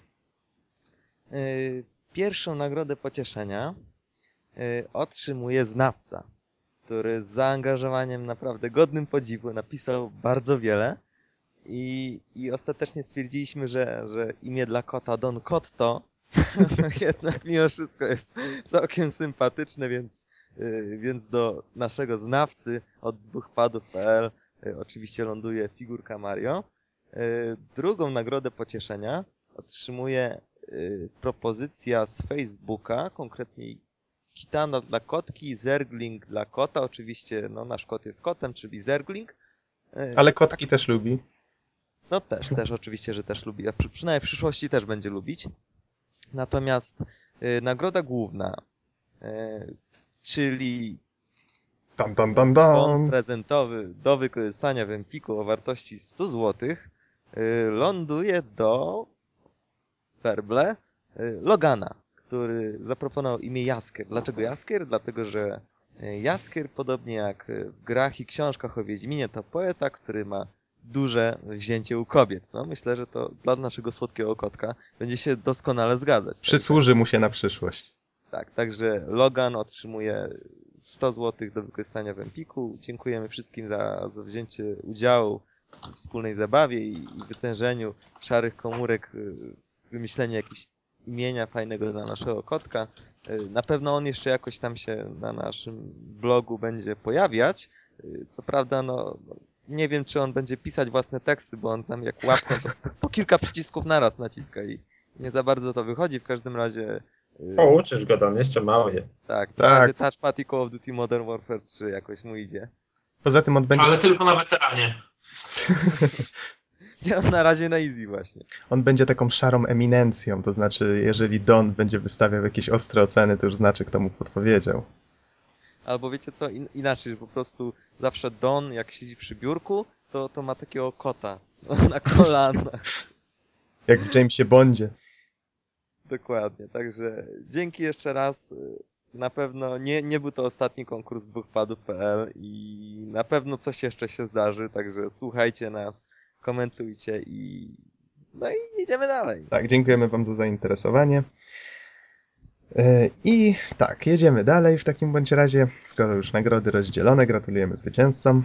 Y, Pierwszą nagrodę pocieszenia y, otrzymuje znawca, który z zaangażowaniem naprawdę godnym podziwu napisał bardzo wiele i, i ostatecznie stwierdziliśmy, że, że imię dla kota Don Kotto jednak mimo wszystko jest całkiem sympatyczne, więc, y, więc do naszego znawcy od dwóchpadów kropka p l y, oczywiście ląduje figurka Mario. Y, Drugą nagrodę pocieszenia otrzymuje y, propozycja z Facebooka, konkretnie Kitana dla kotki, Zergling dla kota. Oczywiście no, nasz kot jest kotem, czyli Zergling. Y, Ale kotki też lubi. No też, też oczywiście, że też lubi. A przy, przynajmniej w przyszłości też będzie lubić. Natomiast y, nagroda główna, y, czyli Dun, dun, dun, bon dun. prezentowy do wykorzystania w Empiku o wartości sto złotych, y, ląduje do Werble y, Logana, który zaproponował imię Jaskier. Dlaczego Jaskier? Dlatego, że y, Jaskier, podobnie jak w grach i książkach o Wiedźminie, to poeta, który ma duże wzięcie u kobiet. No, myślę, że to dla naszego słodkiego kotka będzie się doskonale zgadzać. Przysłuży mu się na przyszłość. Tak, także Logan otrzymuje sto złotych do wykorzystania w Empiku. Dziękujemy wszystkim za, za wzięcie udziału w wspólnej zabawie i, i wytężeniu szarych komórek, wymyśleniu jakiegoś imienia fajnego dla naszego kotka. Na pewno on jeszcze jakoś tam się na naszym blogu będzie pojawiać. Co prawda, no nie wiem, czy on będzie pisać własne teksty, bo on tam jak łapką to po kilka przycisków naraz naciska i nie za bardzo to wychodzi. W każdym razie Pouczysz go tam, jeszcze mały jest. tak, na Tak. razie Touchpad i Call of Duty Modern Warfare trzy jakoś mu idzie. Poza tym on będzie, Ale tylko na weteranie. Działam na razie na easy właśnie. on będzie taką szarą eminencją, to znaczy jeżeli Don będzie wystawiał jakieś ostre oceny, to już znaczy, kto mu podpowiedział. Albo wiecie co, In inaczej, że po prostu zawsze Don, jak siedzi przy biurku, to, to ma takiego kota na kolanach. Jak w Jamesie Bondzie. Dokładnie, także dzięki jeszcze raz. Na pewno nie, nie był to ostatni konkurs dwóch padów kropka p l i na pewno coś jeszcze się zdarzy, także słuchajcie nas, komentujcie i no i idziemy dalej. Tak, dziękujemy wam za zainteresowanie. Yy, I tak, jedziemy dalej w takim bądź razie, skoro już nagrody rozdzielone, gratulujemy zwycięzcom.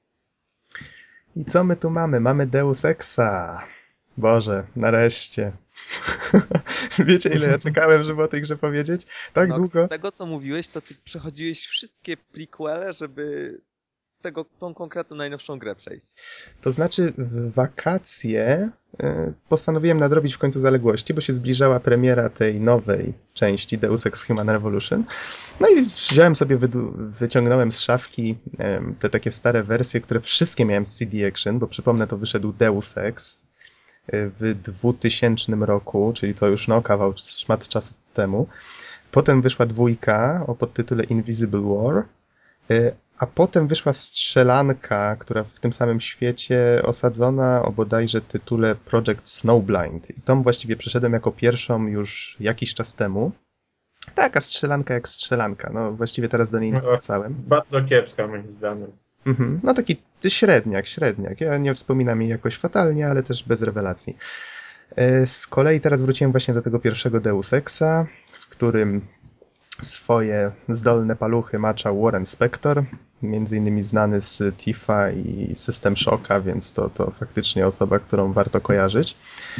I co my tu mamy? Mamy Deus Exa. Boże, nareszcie. Wiecie, ile ja czekałem, żeby o tej grze powiedzieć? Tak No, długo? z tego, co mówiłeś, to ty przechodziłeś wszystkie prequele, żeby tego, tą konkretną najnowszą grę przejść. To znaczy w wakacje y, postanowiłem nadrobić w końcu zaległości, bo się zbliżała premiera tej nowej części Deus Ex Human Revolution. No i wziąłem sobie, wyciągnąłem z szafki y, te takie stare wersje, które wszystkie miałem z C D Action, bo przypomnę, to wyszedł Deus Ex y, w dwutysięcznym roku, czyli to już no kawał, szmat czasu temu. Potem wyszła dwójka o podtytule Invisible War, a potem wyszła strzelanka, która w tym samym świecie osadzona o bodajże tytule Project Snowblind. I tą właściwie przeszedłem jako pierwszą już jakiś czas temu. Taka strzelanka jak strzelanka. No właściwie teraz do niej nie wracałem. Bardzo kiepska moim zdaniem. Mhm. No taki ty średniak, średniak. Ja nie wspominam jej jakoś fatalnie, ale też bez rewelacji. Z kolei teraz wróciłem właśnie do tego pierwszego Deus Exa, w którym swoje zdolne paluchy maczał Warren Spector, między innymi znany z Tifa i System Shocka, więc to, to faktycznie osoba, którą warto kojarzyć.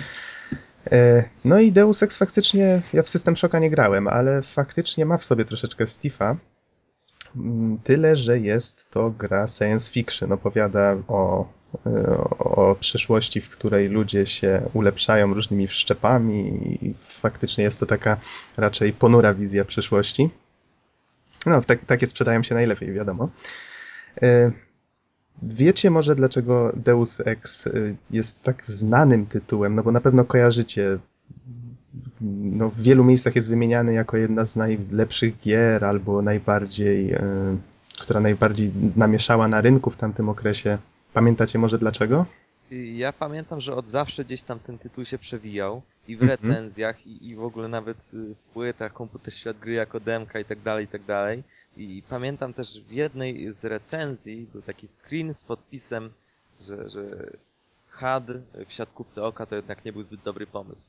No i Deus Ex faktycznie, ja w System Shocka nie grałem, ale faktycznie ma w sobie troszeczkę z Tifa. Tyle, że jest to gra science fiction. Opowiada o, o przyszłości, w której ludzie się ulepszają różnymi wszczepami i faktycznie jest to taka raczej ponura wizja przyszłości. No, tak, takie sprzedają się najlepiej, wiadomo. Wiecie może, dlaczego Deus Ex jest tak znanym tytułem? No bo na pewno kojarzycie. No, w wielu miejscach jest wymieniany jako jedna z najlepszych gier, albo najbardziej, yy, która najbardziej namieszała na rynku w tamtym okresie. Pamiętacie może dlaczego? Ja pamiętam, że od zawsze gdzieś tam ten tytuł się przewijał i w Mhm. recenzjach i, i w ogóle nawet w płytach Komputer Świat Gry jako demka i tak dalej, i tak dalej. I pamiętam też w jednej z recenzji był taki screen z podpisem, że, że H U D w siatkówce oka to jednak nie był zbyt dobry pomysł.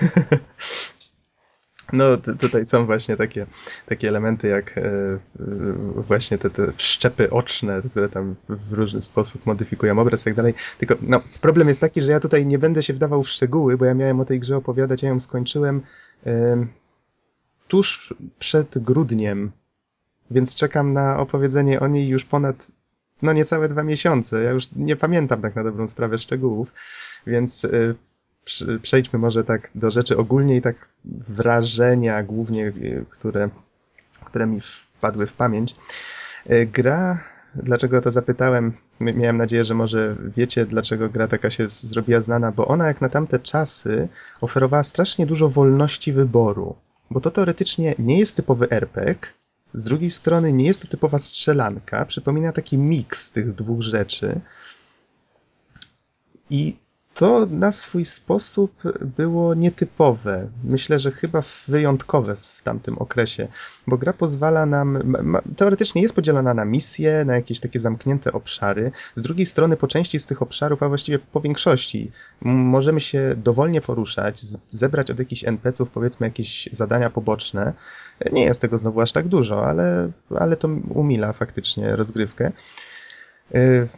No t- tutaj są właśnie takie, takie elementy jak e, właśnie te, te wszczepy oczne, które tam w różny sposób modyfikują obraz i tak dalej. Tylko no, problem jest taki, że ja tutaj nie będę się wdawał w szczegóły, bo ja miałem o tej grze opowiadać, ja ją skończyłem e, tuż przed grudniem, więc czekam na opowiedzenie o niej już ponad no niecałe dwa miesiące. Ja już nie pamiętam tak na dobrą sprawę szczegółów, więc e, przejdźmy może tak do rzeczy ogólnie i tak wrażenia głównie, które, które mi wpadły w pamięć. Gra, dlaczego to zapytałem, miałem nadzieję, że może wiecie, dlaczego gra taka się zrobiła znana, bo ona jak na tamte czasy oferowała strasznie dużo wolności wyboru, bo to teoretycznie nie jest typowy er pe gie, z drugiej strony nie jest to typowa strzelanka, przypomina taki miks tych dwóch rzeczy i to na swój sposób było nietypowe. Myślę, że chyba wyjątkowe w tamtym okresie, bo gra pozwala nam, ma, teoretycznie jest podzielona na misje, na jakieś takie zamknięte obszary. Z drugiej strony po części z tych obszarów, a właściwie po większości, m- możemy się dowolnie poruszać, z, zebrać od jakichś en pe ce ów powiedzmy jakieś zadania poboczne. Nie jest tego znowu aż tak dużo, ale, ale to umila faktycznie rozgrywkę. Y,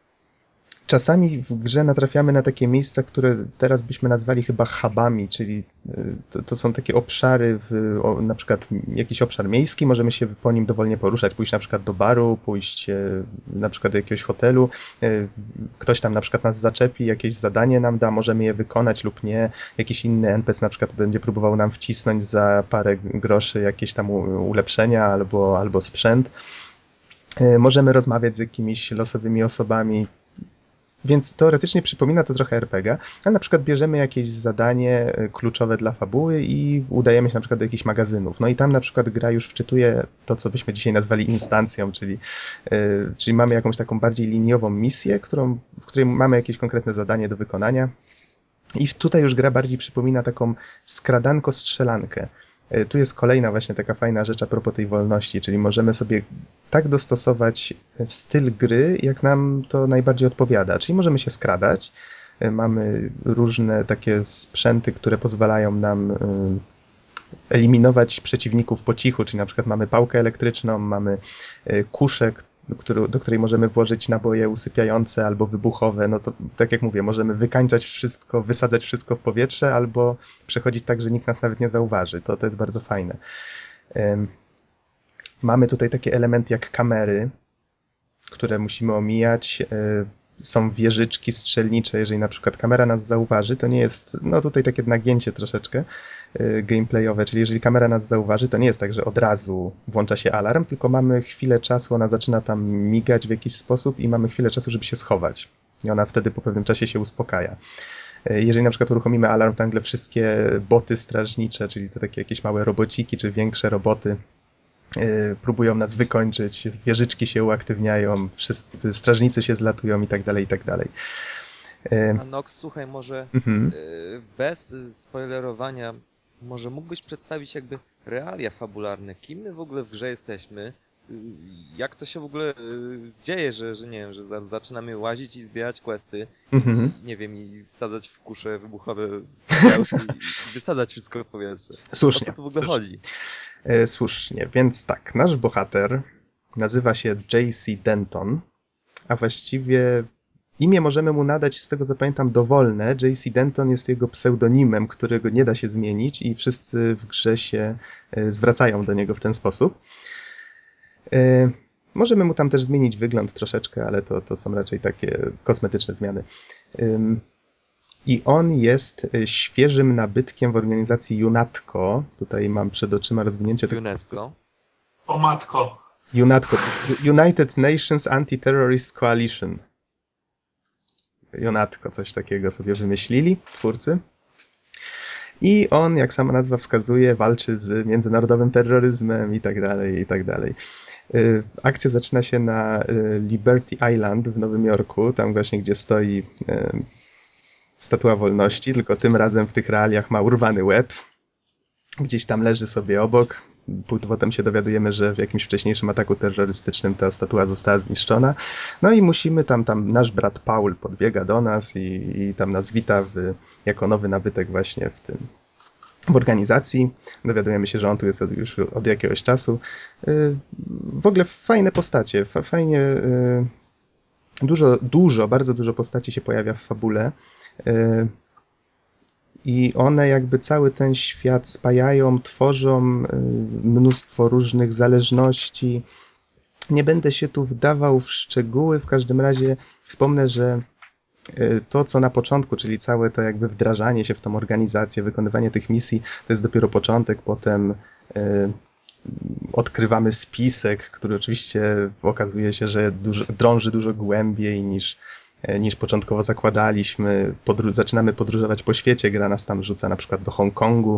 Czasami w grze natrafiamy na takie miejsca, które teraz byśmy nazwali chyba hubami, czyli y, to, to są takie obszary, w, o, na przykład jakiś obszar miejski, możemy się po nim dowolnie poruszać, pójść na przykład do baru, pójść y, na przykład do jakiegoś hotelu, y, ktoś tam na przykład nas zaczepi, jakieś zadanie nam da, możemy je wykonać lub nie, jakiś inny en pe ce na przykład będzie próbował nam wcisnąć za parę groszy jakieś tam u, ulepszenia albo, albo sprzęt. Y, Możemy rozmawiać z jakimiś losowymi osobami, więc teoretycznie przypomina to trochę er pe gie, ale na przykład bierzemy jakieś zadanie y, kluczowe dla fabuły i udajemy się na przykład do jakichś magazynów. No i tam na przykład gra już wczytuje to, co byśmy dzisiaj nazwali instancją, czyli, y, czyli mamy jakąś taką bardziej liniową misję, którą, w której mamy jakieś konkretne zadanie do wykonania. I tutaj już gra bardziej przypomina taką skradanko-strzelankę. Y, Tu jest kolejna właśnie taka fajna rzecz a propos tej wolności, czyli możemy sobie tak dostosować styl gry, jak nam to najbardziej odpowiada. Czyli możemy się skradać, y, mamy różne takie sprzęty, które pozwalają nam y, eliminować przeciwników po cichu, czyli na przykład mamy pałkę elektryczną, mamy y, kuszę, który, do której możemy włożyć naboje usypiające albo wybuchowe, no to tak jak mówię, możemy wykańczać wszystko, wysadzać wszystko w powietrze albo przechodzić tak, że nikt nas nawet nie zauważy. To, to jest bardzo fajne. Ym, Mamy tutaj takie elementy jak kamery, które musimy omijać. Y, Są wieżyczki strzelnicze, jeżeli na przykład kamera nas zauważy, to nie jest, no tutaj takie nagięcie troszeczkę y, gameplayowe, czyli jeżeli kamera nas zauważy, to nie jest tak, że od razu włącza się alarm, tylko mamy chwilę czasu, ona zaczyna tam migać w jakiś sposób i mamy chwilę czasu, żeby się schować. I ona wtedy po pewnym czasie się uspokaja. Y, Jeżeli na przykład uruchomimy alarm, to nagle wszystkie boty strażnicze, czyli te takie jakieś małe robociki, czy większe roboty, y, próbują nas wykończyć, wieżyczki się uaktywniają, wszyscy strażnicy się zlatują i tak dalej, i tak dalej. Y, A Nox, słuchaj, może mhm. y, bez y, spoilerowania, może mógłbyś przedstawić jakby realia fabularne, kim my w ogóle w grze jesteśmy, y, jak to się w ogóle y, dzieje, że, że nie wiem, że za, zaczynamy łazić i zbierać questy Mhm. i nie wiem, i wsadzać w kusze wybuchowe pełty i, i wysadzać wszystko w powietrze. O Słusznie. co tu w ogóle słusznie. chodzi? E, słusznie, więc tak, nasz bohater nazywa się J C Denton, a właściwie imię możemy mu nadać, z tego co pamiętam, dowolne. J C Denton jest jego pseudonimem, którego nie da się zmienić i wszyscy w grze się e, zwracają do niego w ten sposób. E, Możemy mu tam też zmienić wygląd troszeczkę, ale to, to są raczej takie kosmetyczne zmiany. Ym, I on jest y, świeżym nabytkiem w organizacji UNATCO. Tutaj mam przed oczyma rozwinięcie tego. UNESCO. O matko. UNATCO, to jest United Nations Anti-Terrorist Coalition. UNATCO, coś takiego sobie wymyślili twórcy. I on, jak sama nazwa wskazuje, walczy z międzynarodowym terroryzmem i tak dalej, i tak dalej. Y, Akcja zaczyna się na y, Liberty Island w Nowym Jorku, tam właśnie, gdzie stoi y, Statua Wolności, tylko tym razem w tych realiach ma urwany łeb. Gdzieś tam leży sobie obok. Potem się dowiadujemy, że w jakimś wcześniejszym ataku terrorystycznym ta statua została zniszczona. No i musimy tam, tam nasz brat Paul podbiega do nas i, i tam nas wita w, jako nowy nabytek właśnie w tym, w organizacji. Dowiadujemy się, że on tu jest od, już od jakiegoś czasu. Yy, w ogóle fajne postacie, fa, fajnie, yy, dużo, dużo, bardzo dużo postaci się pojawia w fabule. Yy, I one jakby cały ten świat spajają, tworzą y, mnóstwo różnych zależności. Nie będę się tu wdawał w szczegóły, w każdym razie wspomnę, że y, to, co na początku, czyli całe to jakby wdrażanie się w tą organizację, wykonywanie tych misji, to jest dopiero początek, potem y, odkrywamy spisek, który oczywiście okazuje się, że dużo, drąży dużo głębiej niż, niż początkowo zakładaliśmy. Podru- zaczynamy podróżować po świecie, gra nas tam rzuca na przykład do Hongkongu.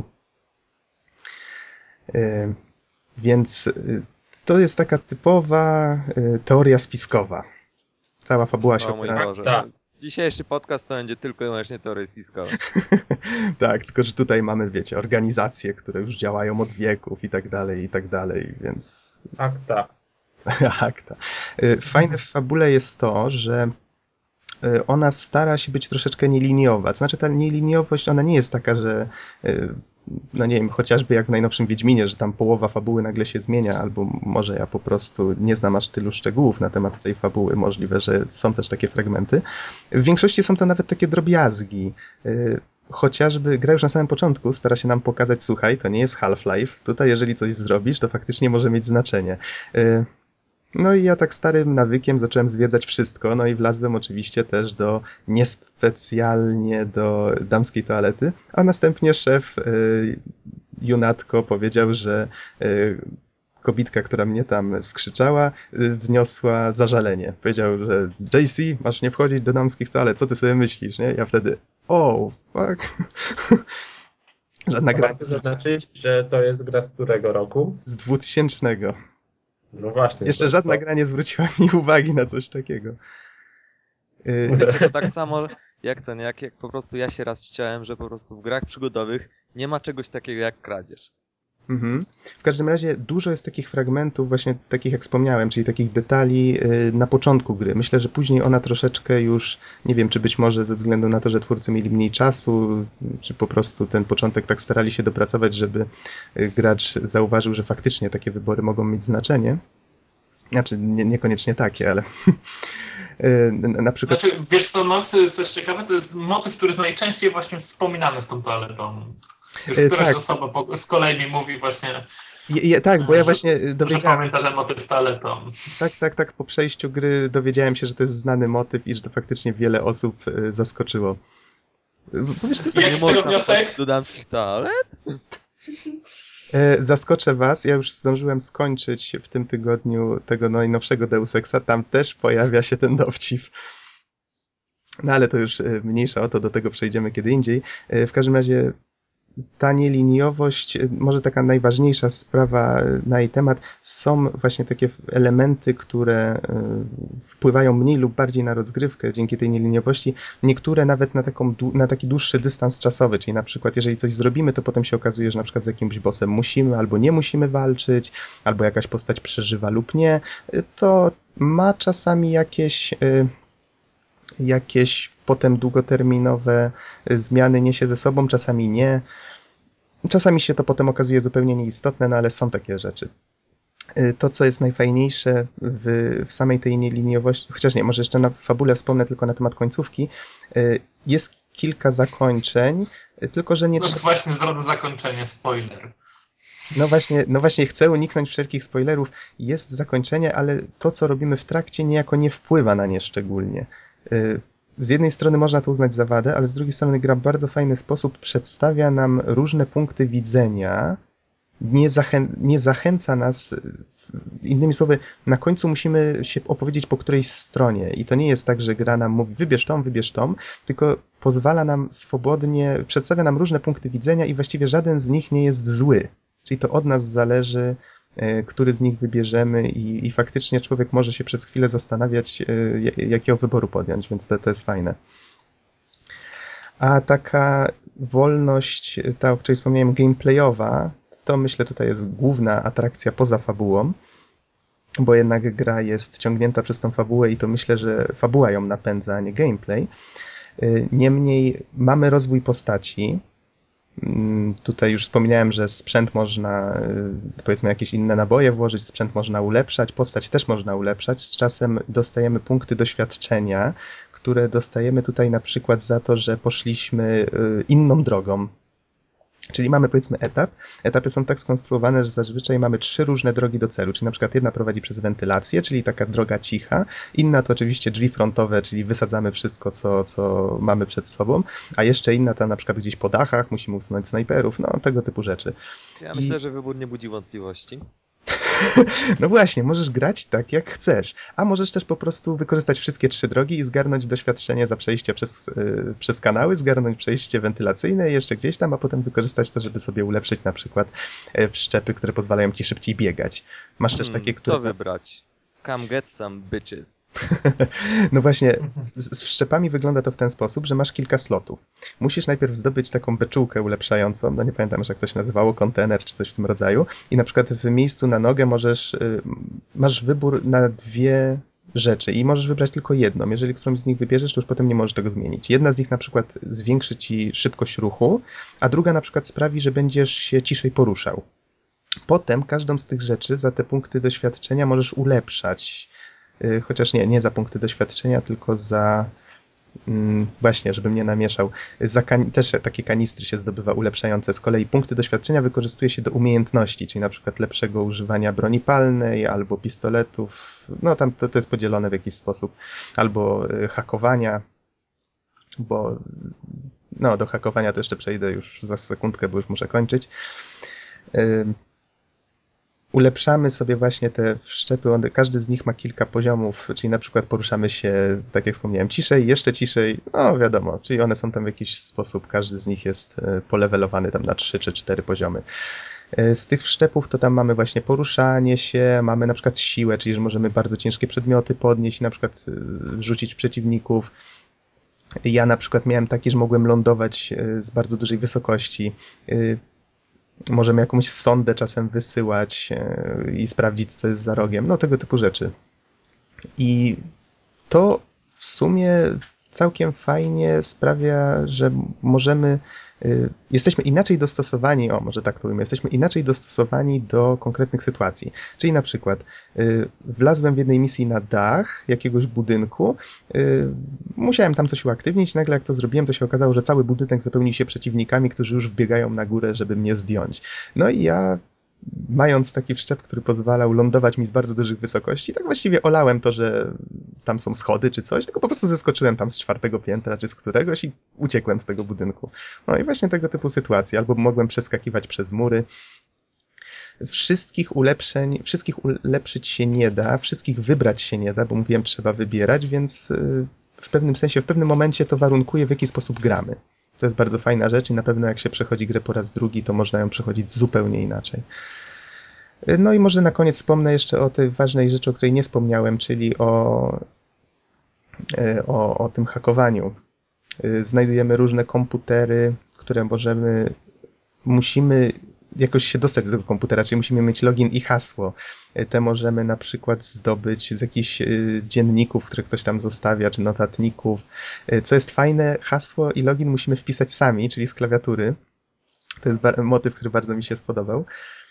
Yy, więc yy, to jest taka typowa yy, teoria spiskowa. Cała fabuła się O mój opiera... Boże. Tak. Dzisiejszy podcast to będzie tylko i wyłącznie teorie spiskowe. Tak, tylko że tutaj mamy, wiecie, organizacje, które już działają od wieków i tak dalej, i tak dalej, więc... Akta. Akta. Fajne w fabule jest to, że ona stara się być troszeczkę nieliniowa. To znaczy ta nieliniowość, ona nie jest taka, że no nie wiem, chociażby jak w najnowszym Wiedźminie, że tam połowa fabuły nagle się zmienia, albo może ja po prostu nie znam aż tylu szczegółów na temat tej fabuły, możliwe, że są też takie fragmenty. W większości są to nawet takie drobiazgi. Chociażby gra już na samym początku stara się nam pokazać, słuchaj, to nie jest Half-Life, tutaj jeżeli coś zrobisz, to faktycznie może mieć znaczenie. No i ja tak starym nawykiem zacząłem zwiedzać wszystko, no i wlazłem oczywiście też do, niespecjalnie do damskiej toalety, a następnie szef y, Junatko powiedział, że y, kobitka, która mnie tam skrzyczała, y, wniosła zażalenie. Powiedział, że J C, masz nie wchodzić do damskich toalet, co ty sobie myślisz, nie? Ja wtedy, oh, fuck. Żadna gra. Warto zaznaczyć, że to jest gra z którego roku? Z dwutysięcznego. No właśnie. Jeszcze to, żadna to... gra nie zwróciła mi uwagi na coś takiego. Y, Wiecie, to tak samo jak ten, jak, jak po prostu ja się raz ściałem, że po prostu w grach przygodowych nie ma czegoś takiego jak kradzież. Mhm. W każdym razie dużo jest takich fragmentów, właśnie takich jak wspomniałem, czyli takich detali y, na początku gry. Myślę, że później ona troszeczkę już, nie wiem, czy być może ze względu na to, że twórcy mieli mniej czasu, czy po prostu ten początek tak starali się dopracować, żeby y, gracz zauważył, że faktycznie takie wybory mogą mieć znaczenie. Znaczy, nie, niekoniecznie takie, ale y, na przykład... Znaczy, wiesz co, Nox, coś ciekawe, to jest motyw, który jest najczęściej właśnie wspominany z tą toaletą. Już Y, któraś tak. osoba po, z kolei mi mówi właśnie, Je, je, tak, bo ja że, właśnie że dowiedziałem pamięta ten motyw z toaletą. Tak, tak, tak. Po przejściu gry dowiedziałem się, że to jest znany motyw i że to faktycznie wiele osób y, zaskoczyło. Bo wiesz, to jest Jak tak... Nie z tego można wniosek? wchodzić do damskich toalet? E, zaskoczę was, ja już zdążyłem skończyć w tym tygodniu tego najnowszego Deus Exa, tam też pojawia się ten dowcip. No ale to już y, mniejsza o to, do tego przejdziemy kiedy indziej. E, w każdym razie ta nieliniowość, może taka najważniejsza sprawa na jej temat, są właśnie takie elementy, które wpływają mniej lub bardziej na rozgrywkę dzięki tej nieliniowości. Niektóre nawet na, taką, na taki dłuższy dystans czasowy, czyli na przykład jeżeli coś zrobimy, to potem się okazuje, że na przykład z jakimś bossem musimy albo nie musimy walczyć, albo jakaś postać przeżywa lub nie. To ma czasami jakieś... jakieś potem długoterminowe zmiany niesie ze sobą, czasami nie. Czasami się to potem okazuje zupełnie nieistotne, no ale są takie rzeczy. To, co jest najfajniejsze w, w samej tej nieliniowości, chociaż nie, może jeszcze na fabule wspomnę tylko na temat końcówki, jest kilka zakończeń, tylko że nie No trzeba... właśnie zdradzę zakończenie, spoiler. No właśnie, no właśnie chcę uniknąć wszelkich spoilerów. Jest zakończenie, ale to, co robimy w trakcie, niejako nie wpływa na nie szczególnie. Z jednej strony można to uznać za wadę, ale z drugiej strony gra w bardzo fajny sposób przedstawia nam różne punkty widzenia, nie, zachę nie zachęca nas, innymi słowy, na końcu musimy się opowiedzieć po którejś stronie i to nie jest tak, że gra nam mówi wybierz tą, wybierz tą, tylko pozwala nam swobodnie, przedstawia nam różne punkty widzenia i właściwie żaden z nich nie jest zły. Czyli to od nas zależy, który z nich wybierzemy i, i faktycznie człowiek może się przez chwilę zastanawiać, jakiego wyboru podjąć, więc to, to jest fajne. A taka wolność, ta, o której wspomniałem, gameplayowa, to myślę tutaj jest główna atrakcja poza fabułą, bo jednak gra jest ciągnięta przez tą fabułę i to myślę, że fabuła ją napędza, a nie gameplay. Niemniej mamy rozwój postaci. Tutaj już wspomniałem, że sprzęt można, powiedzmy, jakieś inne naboje włożyć, sprzęt można ulepszać, postać też można ulepszać. Z czasem dostajemy punkty doświadczenia, które dostajemy tutaj na przykład za to, że poszliśmy inną drogą. Czyli mamy, powiedzmy, etap. Etapy są tak skonstruowane, że zazwyczaj mamy trzy różne drogi do celu. Czyli na przykład jedna prowadzi przez wentylację, czyli taka droga cicha. Inna to oczywiście drzwi frontowe, czyli wysadzamy wszystko, co, co mamy przed sobą. A jeszcze inna to na przykład gdzieś po dachach, musimy usunąć snajperów, no tego typu rzeczy. Ja I... myślę, że wybór nie budzi wątpliwości. No właśnie, możesz grać tak, jak chcesz, a możesz też po prostu wykorzystać wszystkie trzy drogi i zgarnąć doświadczenie za przejście przez, yy, przez kanały, zgarnąć przejście wentylacyjne jeszcze gdzieś tam, a potem wykorzystać to, żeby sobie ulepszyć na przykład yy, wszczepy, które pozwalają ci szybciej biegać. Masz też Hmm, takie, które... co wybrać? Come get some bitches. No właśnie, z, z wszczepami wygląda to w ten sposób, że masz kilka slotów. Musisz najpierw zdobyć taką beczułkę ulepszającą, no nie pamiętam już jak to się nazywało, kontener czy coś w tym rodzaju i na przykład w miejscu na nogę możesz, y, masz wybór na dwie rzeczy i możesz wybrać tylko jedną. Jeżeli którąś z nich wybierzesz, to już potem nie możesz tego zmienić. Jedna z nich na przykład zwiększy ci szybkość ruchu, a druga na przykład sprawi, że będziesz się ciszej poruszał. Potem każdą z tych rzeczy za te punkty doświadczenia możesz ulepszać. Yy, chociaż nie, nie za punkty doświadczenia, tylko za... Yy, właśnie, żebym nie namieszał. Za kan- też takie kanistry się zdobywa ulepszające. Z kolei punkty doświadczenia wykorzystuje się do umiejętności, czyli na przykład lepszego używania broni palnej, albo pistoletów. No tam to, to jest podzielone w jakiś sposób. Albo yy, hakowania, bo... No, do hakowania to jeszcze przejdę już za sekundkę, bo już muszę kończyć. Yy, Ulepszamy sobie właśnie te wszczepy, one, każdy z nich ma kilka poziomów, czyli na przykład poruszamy się, tak jak wspomniałem, ciszej, jeszcze ciszej, no wiadomo, czyli one są tam w jakiś sposób, każdy z nich jest polewelowany tam na trzy czy cztery poziomy. Z tych wszczepów to tam mamy właśnie poruszanie się, mamy na przykład siłę, czyli że możemy bardzo ciężkie przedmioty podnieść i na przykład rzucić przeciwników. Ja na przykład miałem taki, że mogłem lądować z bardzo dużej wysokości. Możemy jakąś sondę czasem wysyłać i sprawdzić, co jest za rogiem. No, tego typu rzeczy. I to w sumie całkiem fajnie sprawia, że możemy... Jesteśmy inaczej dostosowani, o może tak to ujmę, jesteśmy inaczej dostosowani do konkretnych sytuacji. Czyli na przykład wlazłem w jednej misji na dach jakiegoś budynku, musiałem tam coś uaktywnić, nagle jak to zrobiłem, to się okazało, że cały budynek zapełnił się przeciwnikami, którzy już wbiegają na górę, żeby mnie zdjąć. No i ja, mając taki wszczep, który pozwalał lądować mi z bardzo dużych wysokości, tak właściwie olałem to, że tam są schody czy coś, tylko po prostu zeskoczyłem tam z czwartego piętra czy z któregoś i uciekłem z tego budynku. No i właśnie tego typu sytuacje. Albo mogłem przeskakiwać przez mury. Wszystkich ulepszeń, wszystkich ulepszyć się nie da, wszystkich wybrać się nie da, bo mówiłem, trzeba wybierać, więc w pewnym sensie, w pewnym momencie to warunkuje, w jaki sposób gramy. To jest bardzo fajna rzecz i na pewno jak się przechodzi grę po raz drugi, to można ją przechodzić zupełnie inaczej. No i może na koniec wspomnę jeszcze o tej ważnej rzeczy, o której nie wspomniałem, czyli o, o, o tym hakowaniu. Znajdujemy różne komputery, które możemy, musimy jakoś się dostać do tego komputera, czyli musimy mieć login i hasło. Te możemy na przykład zdobyć z jakichś dzienników, które ktoś tam zostawia, czy notatników. Co jest fajne, hasło i login musimy wpisać sami, czyli z klawiatury. To jest motyw, który bardzo mi się spodobał.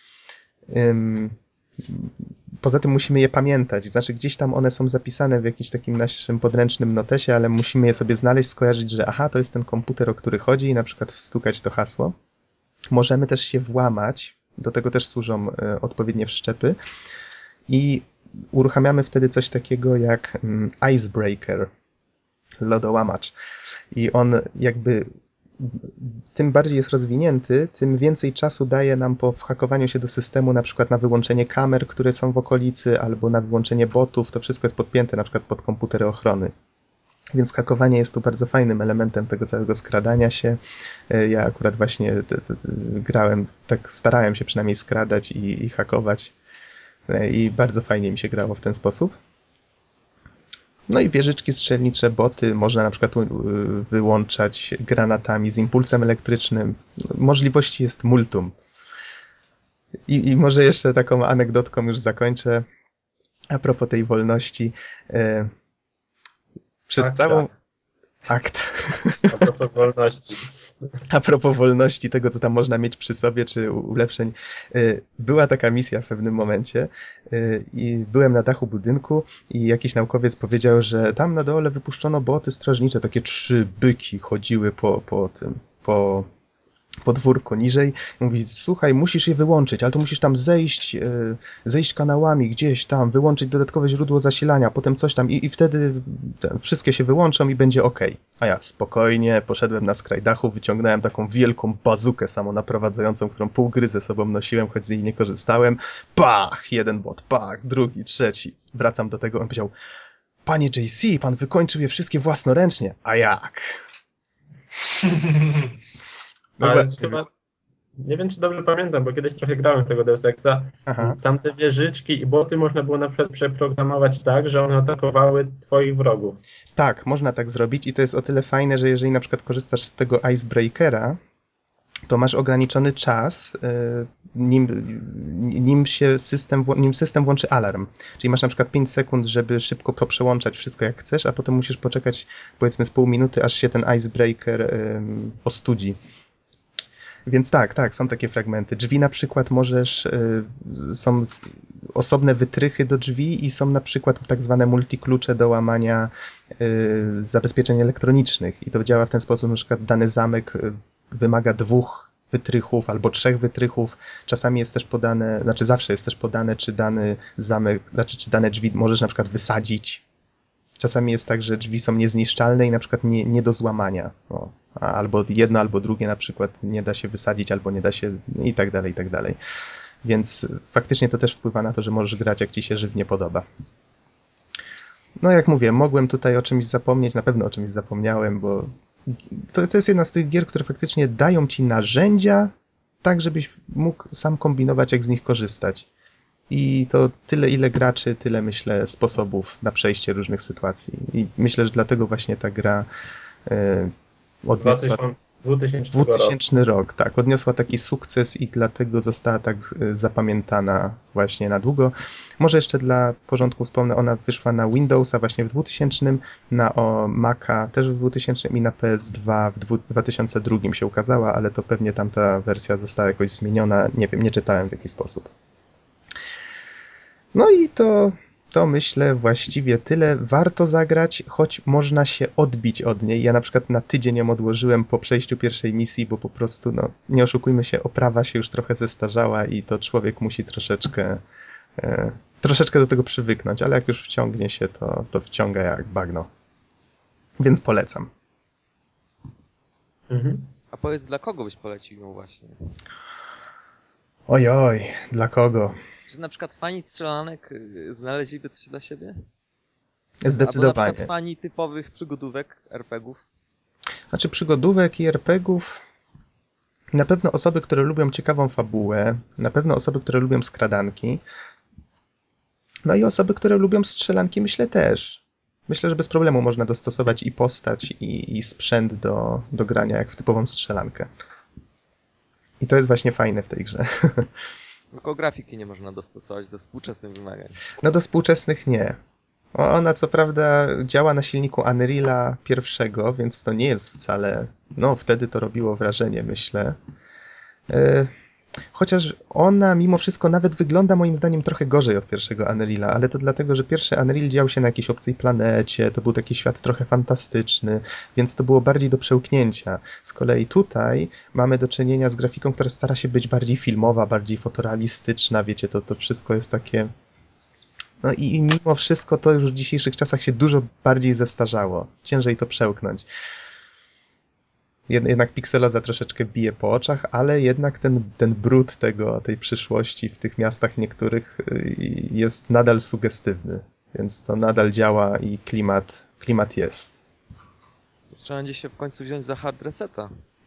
Poza tym musimy je pamiętać, znaczy gdzieś tam one są zapisane w jakimś takim naszym podręcznym notesie, ale musimy je sobie znaleźć, skojarzyć, że aha, to jest ten komputer, o który chodzi i na przykład wstukać to hasło. Możemy też się włamać, do tego też służą y, odpowiednie wszczepy i uruchamiamy wtedy coś takiego jak mm, icebreaker, lodołamacz. I on jakby tym bardziej jest rozwinięty, tym więcej czasu daje nam po whakowaniu się do systemu, na przykład na wyłączenie kamer, które są w okolicy, albo na wyłączenie botów. To wszystko jest podpięte na przykład pod komputery ochrony. Więc hakowanie jest tu bardzo fajnym elementem tego całego skradania się. Ja akurat właśnie t, t, t, grałem, tak starałem się przynajmniej skradać i, i hakować. I bardzo fajnie mi się grało w ten sposób. No i wieżyczki strzelnicze, boty można na przykład wyłączać granatami z impulsem elektrycznym. Możliwości jest multum. I, i może jeszcze taką anegdotką już zakończę. A propos tej wolności. E, przez Akta. całą... Akt. A propos wolności. A propos wolności, tego co tam można mieć przy sobie, czy ulepszeń. Była taka misja w pewnym momencie i byłem na dachu budynku i jakiś naukowiec powiedział, że tam na dole wypuszczono boty strażnicze, takie trzy byki chodziły po, po tym, po podwórko niżej. Mówi, słuchaj, musisz je wyłączyć, ale to musisz tam zejść, zejść kanałami gdzieś tam, wyłączyć dodatkowe źródło zasilania, potem coś tam i, i wtedy te, wszystkie się wyłączą i będzie ok. A ja spokojnie poszedłem na skraj dachu, wyciągnąłem taką wielką bazukę samonaprowadzającą, którą pół gry ze sobą nosiłem, choć z niej nie korzystałem. Pach! Jeden bot, pach! Drugi, trzeci. Wracam do tego, on powiedział, panie J C, pan wykończył je wszystkie własnoręcznie. A jak? No Ale właśnie. chyba nie wiem czy dobrze pamiętam, bo kiedyś trochę grałem w tego Deus Exa. Aha. Tam te wieżyczki i boty można było na przykład przeprogramować tak, że one atakowały twoich wrogów. Tak, można tak zrobić i to jest o tyle fajne, że jeżeli na przykład korzystasz z tego Icebreakera, to masz ograniczony czas, y, nim, nim się system, wło- nim system włączy alarm. Czyli masz na przykład pięć sekund, żeby szybko poprzełączać wszystko jak chcesz, a potem musisz poczekać powiedzmy z pół minuty, aż się ten Icebreaker ym, ostudzi. Więc tak, tak, są takie fragmenty. Drzwi na przykład możesz, y, są osobne wytrychy do drzwi i są na przykład tak zwane multiklucze do łamania y, zabezpieczeń elektronicznych. I to działa w ten sposób, na przykład dany zamek y, wymaga dwóch wytrychów albo trzech wytrychów. Czasami jest też podane, znaczy zawsze jest też podane, czy dany zamek, znaczy czy dane drzwi możesz na przykład wysadzić. Czasami jest tak, że drzwi są niezniszczalne i na przykład nie, nie do złamania. O, albo jedno, albo drugie na przykład nie da się wysadzić, albo nie da się i tak dalej, i tak dalej. Więc faktycznie to też wpływa na to, że możesz grać jak ci się żywnie podoba. No jak mówię, mogłem tutaj o czymś zapomnieć, na pewno o czymś zapomniałem, bo to, to jest jedna z tych gier, które faktycznie dają ci narzędzia, tak żebyś mógł sam kombinować, jak z nich korzystać. I to tyle, ile graczy, tyle myślę sposobów na przejście różnych sytuacji. I myślę, że dlatego właśnie ta gra e, odniosła dwutysięcznego roku. dwutysięczny rok, tak, odniosła taki sukces i dlatego została tak e, zapamiętana właśnie na długo. Może jeszcze dla porządku wspomnę, ona wyszła na Windowsa właśnie w dwutysięcznym, na o, Maca też w dwutysięcznym i na P S dwa w dwa tysiące drugi się ukazała, ale to pewnie tamta wersja została jakoś zmieniona, nie wiem, nie czytałem w jaki sposób. No i to, to myślę właściwie tyle. Warto zagrać, choć można się odbić od niej. Ja na przykład na tydzień ją odłożyłem po przejściu pierwszej misji, bo po prostu, no, nie oszukujmy się, oprawa się już trochę zestarzała i to człowiek musi troszeczkę e, troszeczkę do tego przywyknąć, ale jak już wciągnie się, to, to wciąga jak bagno. Więc polecam. Mhm. A powiedz, dla kogo byś polecił ją właśnie? Ojoj, dla kogo? Czy na przykład fani strzelanek y, znaleźliby coś dla siebie? Albo na Zdecydowanie. przykład fani typowych przygodówek, er pe gie ów? Znaczy przygodówek i er pe gie ów na pewno osoby, które lubią ciekawą fabułę, na pewno osoby, które lubią skradanki, no i osoby, które lubią strzelanki, myślę też. Myślę, że bez problemu można dostosować i postać, i, i sprzęt do, do grania, jak w typową strzelankę. I to jest właśnie fajne w tej grze. Tylko grafiki nie można dostosować do współczesnych wymagań. No do współczesnych nie. Ona co prawda działa na silniku Unreala pierwszego, więc to nie jest wcale... No wtedy to robiło wrażenie, myślę. Yy, chociaż ona mimo wszystko nawet wygląda moim zdaniem trochę gorzej od pierwszego Unreala, ale to dlatego, że pierwszy Unreal dział się na jakiejś obcej planecie, to był taki świat trochę fantastyczny, więc to było bardziej do przełknięcia. Z kolei tutaj mamy do czynienia z grafiką, która stara się być bardziej filmowa, bardziej fotorealistyczna, wiecie, to, to wszystko jest takie... No i mimo wszystko to już w dzisiejszych czasach się dużo bardziej zestarzało. Ciężej to przełknąć. Jednak pikseloza troszeczkę bije po oczach, ale jednak ten, ten brud tego, tej przyszłości w tych miastach niektórych jest nadal sugestywny. Więc to nadal działa i klimat, klimat jest. Trzeba będzie się w końcu wziąć za hard reseta.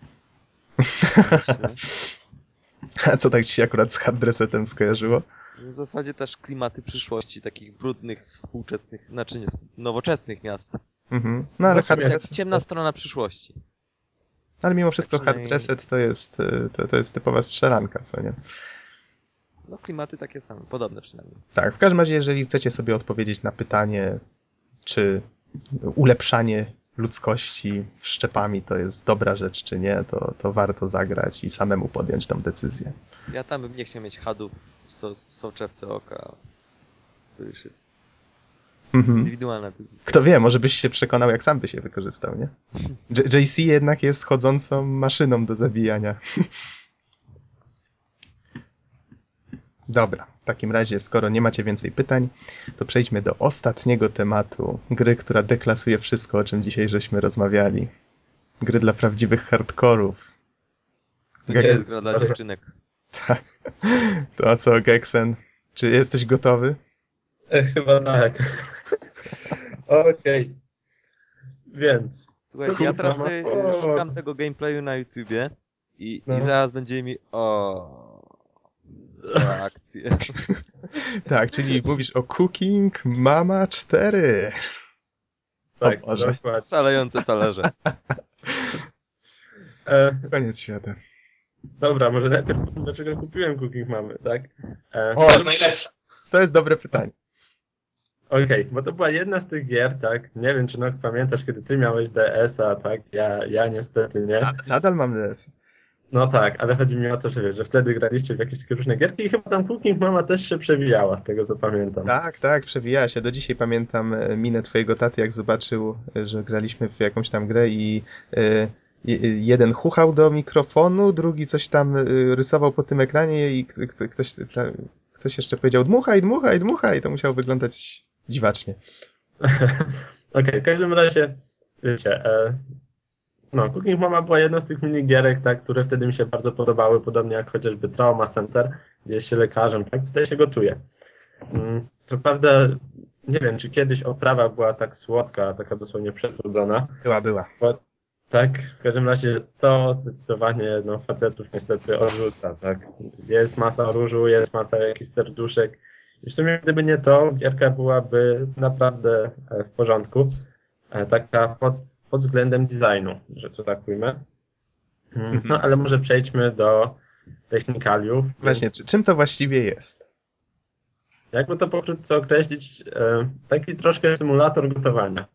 A co tak ci się akurat z hard resetem skojarzyło? W zasadzie też klimaty przyszłości, takich brudnych, współczesnych, znaczy nie, nowoczesnych miast. Mhm. No ale hard Jak reset... ciemna strona przyszłości. Ale mimo wszystko tak hard przynajmniej... reset to jest, to, to jest typowa strzelanka, co nie? No klimaty takie same, podobne przynajmniej. Tak, w każdym razie jeżeli chcecie sobie odpowiedzieć na pytanie, czy ulepszanie ludzkości wszczepami to jest dobra rzecz, czy nie, to, to warto zagrać i samemu podjąć tą decyzję. Ja tam bym nie chciał mieć hadów w so, soczewce oka. To już jest Mhm. indywidualna decyzja. Kto wie, może byś się przekonał, jak sam by się wykorzystał, nie? J C jednak jest chodzącą maszyną do zabijania. Dobra, w takim razie, skoro nie macie więcej pytań, to przejdźmy do ostatniego tematu. Gry, która deklasuje wszystko, o czym dzisiaj żeśmy rozmawiali. Gry dla prawdziwych hardkorów. To nie jest gra dla dziewczynek. Tak. To a co, Geksen? Czy jesteś gotowy? E, chyba tak. Okej. Okay. Więc. Słuchajcie, ja teraz sobie szukam tego gameplayu na YouTubie I, No. i zaraz będziemy mieli o reakcję. Tak, czyli mówisz o Cooking Mama cztery. Tak, O Boże. dokładnie. Szalejące talerze. E, Koniec świata. dobra, może najpierw powiem, dlaczego kupiłem Cooking Mamy, tak? E, O, To jest najlepsze. to jest dobre pytanie. Okej, bo to była jedna z tych gier, tak? Nie wiem, czy Nox pamiętasz, kiedy ty miałeś D S-a, tak? Ja, ja niestety nie. Na, nadal mam D S. No tak, ale chodzi mi o to, że wiesz, że wtedy graliście w jakieś takie różne gierki i chyba tam Cooking Mama też się przewijała, z tego co pamiętam. Tak, tak, przewija się. Do dzisiaj pamiętam e, minę twojego taty, jak zobaczył, e, że graliśmy w jakąś tam grę i e, je- jeden chuchał do mikrofonu, drugi coś tam e, rysował po tym ekranie i k- k- ktoś, ta, ktoś jeszcze powiedział dmuchaj, dmuchaj, dmuchaj. To musiało wyglądać dziwacznie. Okej, w każdym razie, wiecie, e, no, Cooking Mama była jedną z tych minigierek, tak, które wtedy mi się bardzo podobały, podobnie jak chociażby Trauma Center, gdzie jest się lekarzem, tak, tutaj się gotuje. Mm, Co prawda, nie wiem, czy kiedyś oprawa była tak słodka, taka dosłownie przesłodzona, Była, była. bo tak, w każdym razie to zdecydowanie no, facetów niestety odrzuca, tak. Jest masa różu, jest masa jakichś serduszek i w sumie gdyby nie to, gierka byłaby naprawdę e, w porządku. E, Taka pod, pod względem designu, że to tak ujmę. Mm, Mhm. No ale może przejdźmy do technikaliów. Właśnie, Więc czy, czym to właściwie jest? jakby to pokrótce określić, e, taki troszkę symulator gotowania.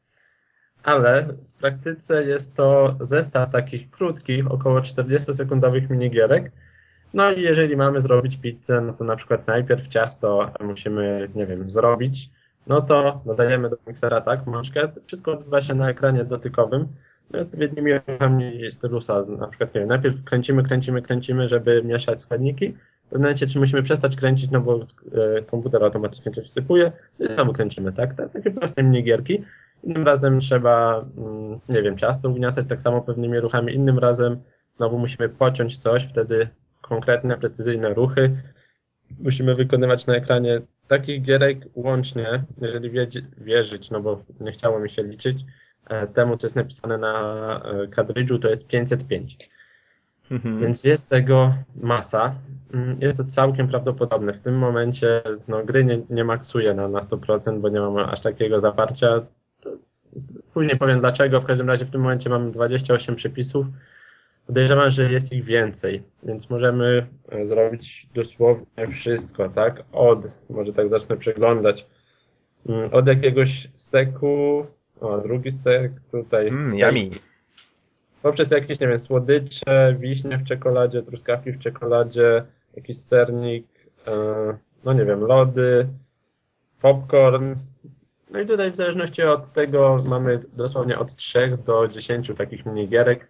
Ale w praktyce jest to zestaw takich krótkich, około czterdziestosekundowych minigierek. No i jeżeli mamy zrobić pizzę, no to na przykład najpierw ciasto musimy, nie wiem, zrobić, no to dodajemy do miksera tak, mączkę, wszystko odbywa się na ekranie dotykowym, no i odpowiednimi ruchami stylusa, na przykład, nie wiem, najpierw kręcimy, kręcimy, kręcimy, żeby mieszać składniki, w pewnym momencie czy musimy przestać kręcić, no bo e, komputer automatycznie coś wsypuje, i znowu kręcimy, tak, tak, takie proste minigierki. Innym razem trzeba, mm, nie wiem, ciasto ugniatać tak samo pewnymi ruchami, innym razem znowu musimy pociąć coś, wtedy konkretne, precyzyjne ruchy musimy wykonywać na ekranie. Takich gierek łącznie, jeżeli wiedzie, wierzyć, no bo nie chciało mi się liczyć, e, temu co jest napisane na e, kadrydżu, to jest pięćset pięć. Mhm. Więc jest tego masa. Mm, Jest to całkiem prawdopodobne. W tym momencie no, gry nie, nie maksuje na, na sto procent, bo nie mam aż takiego zaparcia. To- Później powiem dlaczego. W każdym razie w tym momencie mamy dwadzieścia osiem przepisów. Podejrzewam, że jest ich więcej, więc możemy e, zrobić dosłownie wszystko, tak? Od, może tak zacznę przeglądać, Mm, od jakiegoś steku, o, drugi stek tutaj, Mm, steak, yummy. poprzez jakieś, nie wiem, słodycze, wiśnie w czekoladzie, truskawki w czekoladzie, jakiś sernik, e, no nie wiem, lody, popcorn. No i tutaj w zależności od tego mamy dosłownie od trzech do dziesięciu takich minigierek.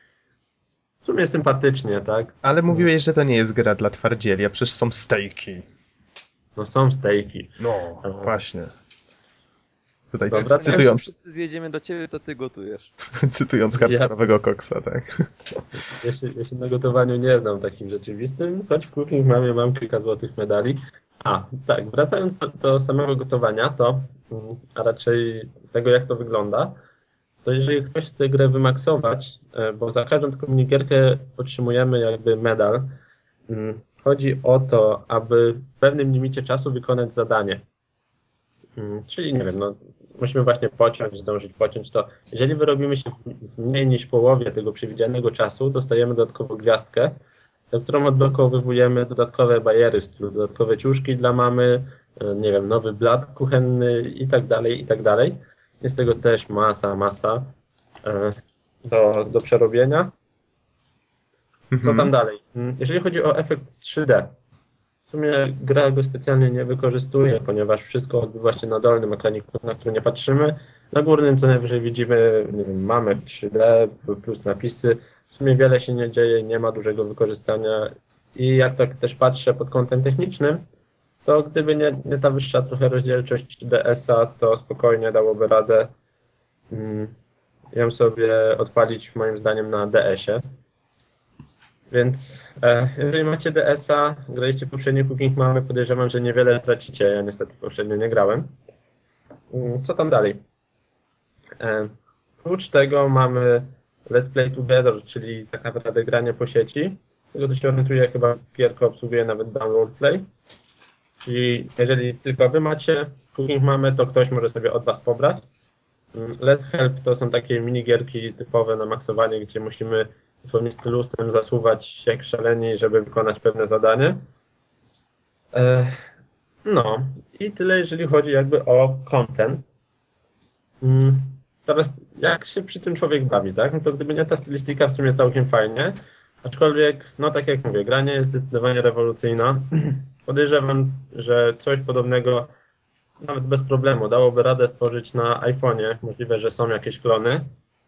W sumie sympatycznie, tak? Ale mówiłeś, że to nie jest gra dla twardzieli, a przecież są stejki. No są stejki. No, Aha. właśnie. Tutaj Dobra, cy- to Jak się cytując, wszyscy zjedziemy do ciebie, to ty gotujesz. cytując Jasne. hardkorowego koksa, tak. Ja się, ja się na gotowaniu nie znam takim rzeczywistym, choć w Cooking Mamie mam kilka złotych medali. A, tak, wracając do, do samego gotowania, to mm, a raczej tego, jak to wygląda, to jeżeli ktoś chce grę wymaksować, e, bo za każdą taką minigierkę otrzymujemy jakby medal, mm, chodzi o to, aby w pewnym limicie czasu wykonać zadanie. Mm, Czyli nie wiem, no, musimy właśnie pociąć, zdążyć pociąć to. Jeżeli wyrobimy się w mniej niż połowie tego przewidzianego czasu, dostajemy dodatkową gwiazdkę, za którą odblokowujemy dodatkowe bariery w stylu dodatkowe ciuszki dla mamy, e, nie wiem, nowy blat kuchenny i tak dalej, i tak dalej. Jest tego też masa, masa e, do, do przerobienia. Co Mhm. tam dalej? Mm, Jeżeli chodzi o efekt trzy D, w sumie gra go specjalnie nie wykorzystuje, ponieważ wszystko odbywa się na dolnym ekraniku, na który nie patrzymy. Na górnym co najwyżej widzimy, nie wiem, mamy w trzy D plus napisy. W sumie wiele się nie dzieje, nie ma dużego wykorzystania. I jak tak też patrzę pod kątem technicznym, to gdyby nie, nie ta wyższa trochę rozdzielczość D S-a, to spokojnie dałoby radę mm, ją sobie odpalić moim zdaniem na D S-ie. Więc e, jeżeli macie D S-a, graliście poprzedni Cooking Mamy, podejrzewam, że niewiele tracicie. Ja niestety poprzednio nie grałem. Mm, Co tam dalej? E, oprócz tego mamy Let's Play Together, czyli tak naprawdę granie po sieci. Z tego co się orientuję, chyba gierka obsługuje nawet download play. Czyli jeżeli tylko wy macie Cooking Mamę, to ktoś może sobie od was pobrać. Let's Help to są takie minigierki typowe na maksowanie, gdzie musimy dosłownie stylusem zasuwać jak szaleni, żeby wykonać pewne zadanie. No i tyle, jeżeli chodzi jakby o content. Teraz jak się przy tym człowiek bawi, tak? No to gdyby nie ta stylistyka, w sumie całkiem fajnie. Aczkolwiek, no tak jak mówię, granie jest zdecydowanie rewolucyjne. Podejrzewam, że coś podobnego nawet bez problemu dałoby radę stworzyć na iPhone'ie. Możliwe, że są jakieś klony.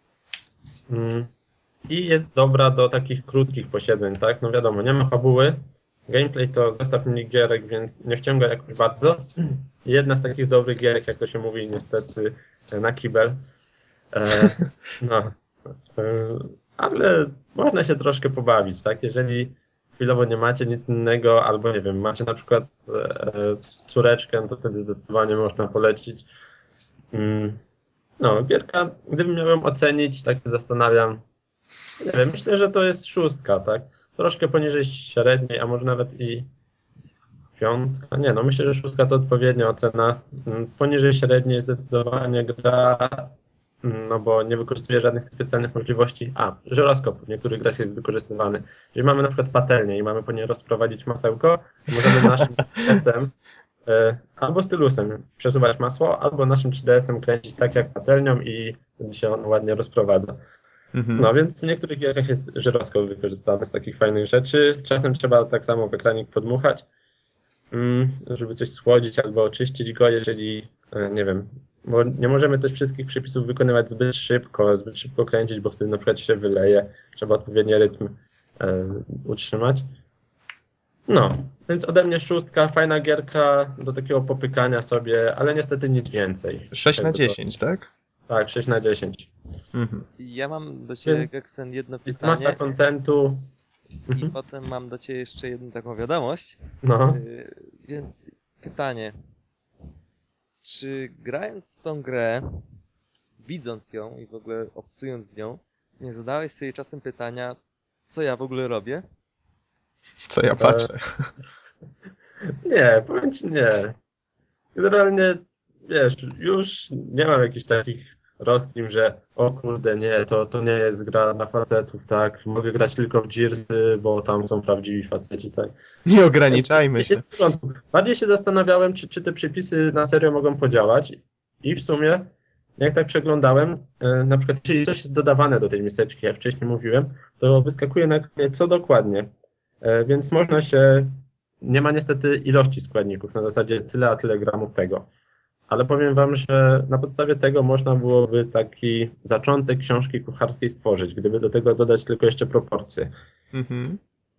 I jest dobra do takich krótkich posiedzeń, tak? No wiadomo, nie ma fabuły. Gameplay to zestaw minigierek, więc nie wciąga jakoś bardzo. Jedna z takich dobrych gierek, jak to się mówi, niestety na kibel. E, no, e, ale można się troszkę pobawić, tak? Jeżeli chwilowo nie macie nic innego, albo nie wiem, macie na przykład e, córeczkę, to wtedy zdecydowanie można polecić. Mm, no, gierka, gdybym miał ją ocenić, tak się zastanawiam, nie wiem, myślę, że to jest szóstka, tak? Troszkę poniżej średniej, a może nawet i piątka. Nie, no myślę, że szóstka to odpowiednia ocena. Poniżej średniej zdecydowanie gra, no bo nie wykorzystuje żadnych specjalnych możliwości. A, żyroskop w niektórych grach jest wykorzystywany. Jeżeli mamy na przykład patelnię i mamy po niej rozprowadzić masełko, możemy naszym trzy D S-em y, albo stylusem przesuwać masło, albo naszym trzy D S-em kręcić tak jak patelnią i wtedy się on ładnie rozprowadza. Mhm. No więc w niektórych gierkach jest żyroskop wykorzystany z takich fajnych rzeczy. Czasem trzeba tak samo w ekranik podmuchać, żeby coś schłodzić albo oczyścić go, jeżeli, nie wiem, bo nie możemy też wszystkich przepisów wykonywać zbyt szybko, zbyt szybko kręcić, bo wtedy na przykład się wyleje, trzeba odpowiedni rytm e, utrzymać. No, więc ode mnie szóstka, fajna gierka do takiego popykania sobie, ale niestety nic więcej. sześć na Jakby to- dziesięć, tak? Tak, sześć na dziesięć. Mhm. Ja mam do ciebie, Geksen, jedno Masa pytanie kontentu. i Mhm. potem mam do ciebie jeszcze jedną taką wiadomość. No. Yy, Więc pytanie. Czy grając w tą grę, widząc ją i w ogóle obcując z nią, nie zadałeś sobie czasem pytania, co ja w ogóle robię? Co ja patrzę. Nie, powiem ci nie. Generalnie, wiesz, już nie mam jakichś takich rozkmin, że o kurde, nie, to, to nie jest gra dla facetów, tak? Mogę grać tylko w Gearsy, bo tam są prawdziwi faceci, tak? Nie ograniczajmy się. Jest w porządku. Bardziej się zastanawiałem, czy, czy te przepisy na serio mogą podziałać i w sumie, jak tak przeglądałem, e, na przykład, jeżeli coś jest dodawane do tej miseczki, jak wcześniej mówiłem, to wyskakuje na ekranie co dokładnie. E, Więc można się, nie ma niestety ilości składników, na zasadzie tyle a tyle gramów tego. Ale powiem wam, że na podstawie tego można byłoby taki zaczątek książki kucharskiej stworzyć, gdyby do tego dodać tylko jeszcze proporcje. Mhm.